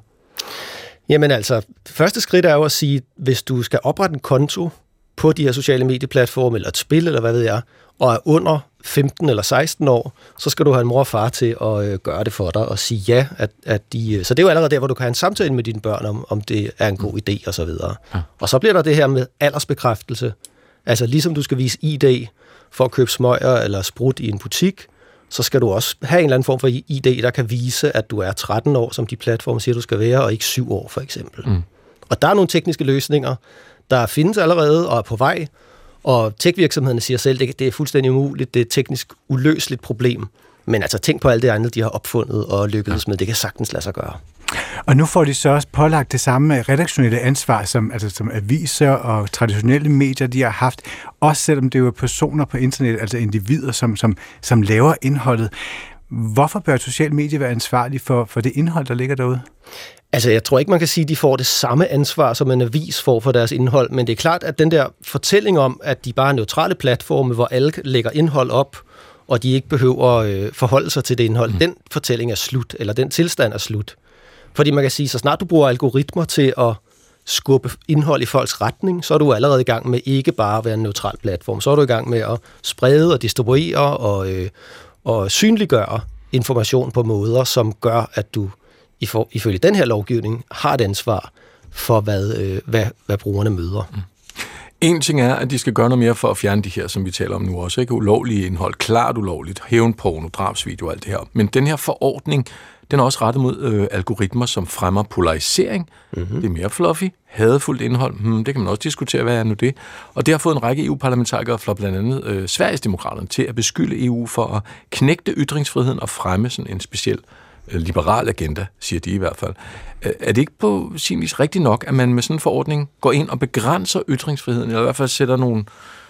Jamen altså, første skridt er jo at sige, hvis du skal oprette en konto på de her sociale medieplatforme, eller et spil, eller hvad ved jeg, og er under femten eller seksten år, så skal du have en mor og far til at øh, gøre det for dig og sige ja. At, at de, så det er jo allerede der, hvor du kan have en samtale med dine børn om, om det er en god idé og så videre. Ja. Og så bliver der det her med aldersbekræftelse. Altså ligesom du skal vise I D for at købe smøger eller sprut i en butik, så skal du også have en eller anden form for I D, der kan vise, at du er tretten år, som de platforme siger, du skal være, og ikke syv år for eksempel. Mm. Og der er nogle tekniske løsninger, der findes allerede og er på vej, og tech-virksomhederne siger selv, at det er fuldstændig umuligt, det er et teknisk uløseligt problem. Men altså tænk på alt det andet, de har opfundet og lykkedes ja. med, det kan sagtens lade sig gøre. Og nu får de så også pålagt det samme redaktionelle ansvar, som, altså, som aviser og traditionelle medier, de har haft, også selvom det er jo personer på internet, altså individer, som, som, som laver indholdet. Hvorfor bør sociale medier være ansvarlige for, for det indhold, der ligger derude? Altså, jeg tror ikke, man kan sige, at de får det samme ansvar, som en avis får for deres indhold, men det er klart, at den der fortælling om, at de bare er neutrale platforme, hvor alle lægger indhold op, og de ikke behøver øh, forholde sig til det indhold, mm. den fortælling er slut, eller den tilstand er slut. Fordi man kan sige, så snart du bruger algoritmer til at skubbe indhold i folks retning, så er du allerede i gang med ikke bare at være en neutral platform, så er du i gang med at sprede og distribuere og, øh, og synliggøre information på måder, som gør, at du ifølge den her lovgivning har et ansvar for, hvad, øh, hvad, hvad brugerne møder. Mm. En ting er, at de skal gøre noget mere for at fjerne de her, som vi taler om nu også, ikke? Ulovlige indhold, klart ulovligt, hævnporno, drabsvideo, alt det her. Men den her forordning, den er også rettet mod øh, algoritmer, som fremmer polarisering. Mm-hmm. Det er mere fluffy, hadefuldt indhold. Hmm, det kan man også diskutere, hvad er nu det? Og det har fået en række E U-parlamentarikere fra blandt andet øh, Sveriges Demokraterne til at beskylde E U for at knægte ytringsfriheden og fremme sådan en speciel øh, liberal agenda, siger de i hvert fald. Er det ikke på sin vis rigtigt nok, at man med sådan en forordning går ind og begrænser ytringsfriheden, eller i hvert fald sætter nogle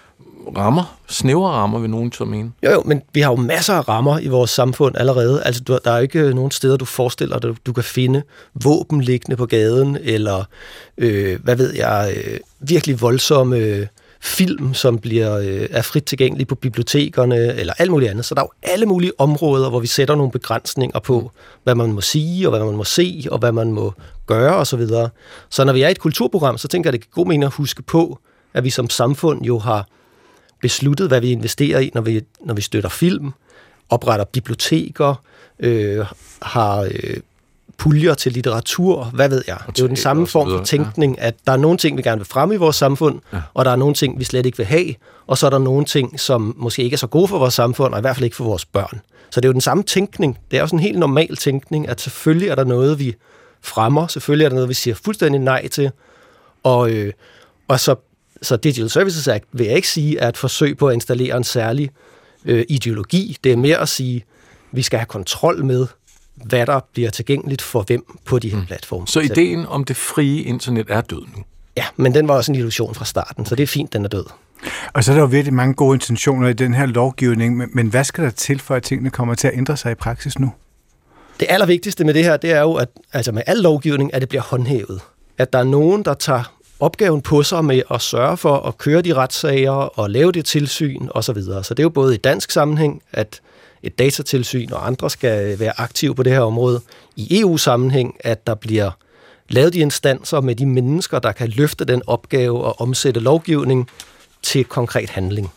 rammer, snævre rammer, vil nogen til at mene? Jo, jo, men vi har jo masser af rammer i vores samfund allerede. Altså, du, der er jo ikke nogen steder, du forestiller dig, du kan finde våben liggende på gaden, eller, øh, hvad ved jeg, øh, virkelig voldsomme film, som bliver øh, er frit tilgængelige på bibliotekerne, eller alt muligt andet. Så der er jo alle mulige områder, hvor vi sætter nogle begrænsninger på, hvad man må sige, og hvad man må se, og hvad man må gøre, osv. Så, så når vi er i et kulturprogram, så tænker jeg, det er god mening at huske på, at vi som samfund jo har besluttet, hvad vi investerer i, når vi, når vi støtter film, opretter biblioteker, øh, har øh, puljer til litteratur, hvad ved jeg. Det er jo den samme form for tænkning, ja. At der er nogle ting, vi gerne vil fremme i vores samfund, ja. Og der er nogle ting, vi slet ikke vil have, og så er der nogle ting, som måske ikke er så gode for vores samfund, og i hvert fald ikke for vores børn. Så det er jo den samme tænkning. Det er jo sådan en helt normal tænkning, at selvfølgelig er der noget, vi fremmer, selvfølgelig er der noget, vi siger fuldstændig nej til, og, øh, og så, så Digital Services Act vil jeg ikke sige, er et forsøg på at installere en særlig øh, ideologi. Det er mere at sige, vi skal have kontrol med, hvad der bliver tilgængeligt for hvem på de her platforme. Så ideen om det frie internet er død nu? Ja, men den var også en illusion fra starten, så det er fint, den er død. Og så er der jo virkelig mange gode intentioner i den her lovgivning, men hvad skal der til, for at tingene kommer til at ændre sig i praksis nu? Det allervigtigste med det her, det er jo, at altså med al lovgivning, at det bliver håndhævet. At der er nogen, der tager opgaven på sig med at sørge for at køre de retssager og lave det tilsyn osv. Så, så det er jo både i dansk sammenhæng, at et datatilsyn og andre skal være aktive på det her område. I E U-sammenhæng, at der bliver lavet de instanser med de mennesker, der kan løfte den opgave og omsætte lovgivning til konkret handling.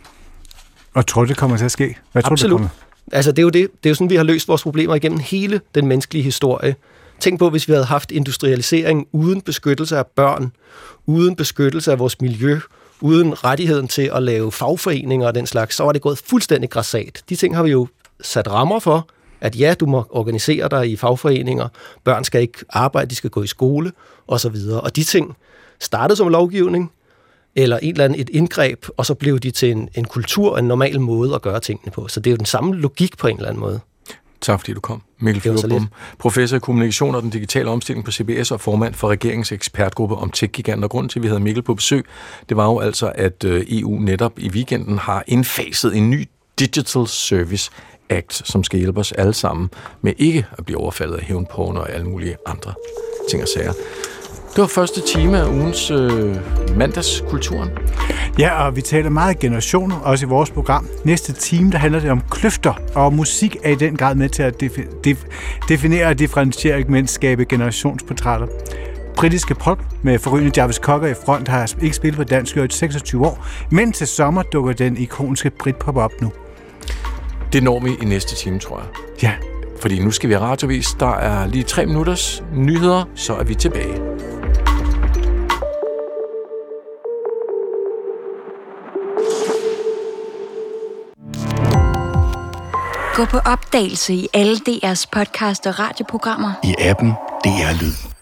Og tror du, det kommer til at ske? Hvad tror Absolut. Du, det kommer? Altså, det er jo det. Det er jo sådan, vi har løst vores problemer igennem hele den menneskelige historie. Tænk på, hvis vi havde haft industrialisering uden beskyttelse af børn, uden beskyttelse af vores miljø, uden rettigheden til at lave fagforeninger og den slags, så var det gået fuldstændig grassat. De ting har vi jo sat rammer for, at ja, du må organisere dig i fagforeninger, børn skal ikke arbejde, de skal gå i skole, osv. Og de ting startede som lovgivning, eller en eller anden et indgreb, og så blev de til en, en kultur, en normal måde at gøre tingene på. Så det er jo den samme logik på en eller anden måde. Tak fordi du kom. Mikkel Flyverbom, professor i kommunikation og den digitale omstilling på C B S og formand for regeringens ekspertgruppe om tech-giganter. Og grunden til, at vi havde Mikkel på besøg, det var jo altså, at E U netop i weekenden har indfaset en ny Digital Service Act, som skal hjælpe os alle sammen med ikke at blive overfaldet af hævnporno og alle mulige andre ting og sager. Det var første time af ugens øh, mandagskulturen. Ja, og vi taler meget generationer, også i vores program. Næste time, der handler det om kløfter, og musik er i den grad med til at defi- def- definere og differentiere, ikke mindst skabe generationsportrætter. Britiske pop med forrygende Jarvis Cocker i front har ikke spillet på dansk i seksogtyve år, men til sommer dukker den ikoniske Britpop op nu. Det når vi i næste time, tror jeg. Ja. Fordi nu skal vi have radiovis. Der er lige tre minutters nyheder, så er vi tilbage. Gå på opdagelse i alle D R's podcast og radioprogrammer. I appen D R Lyd.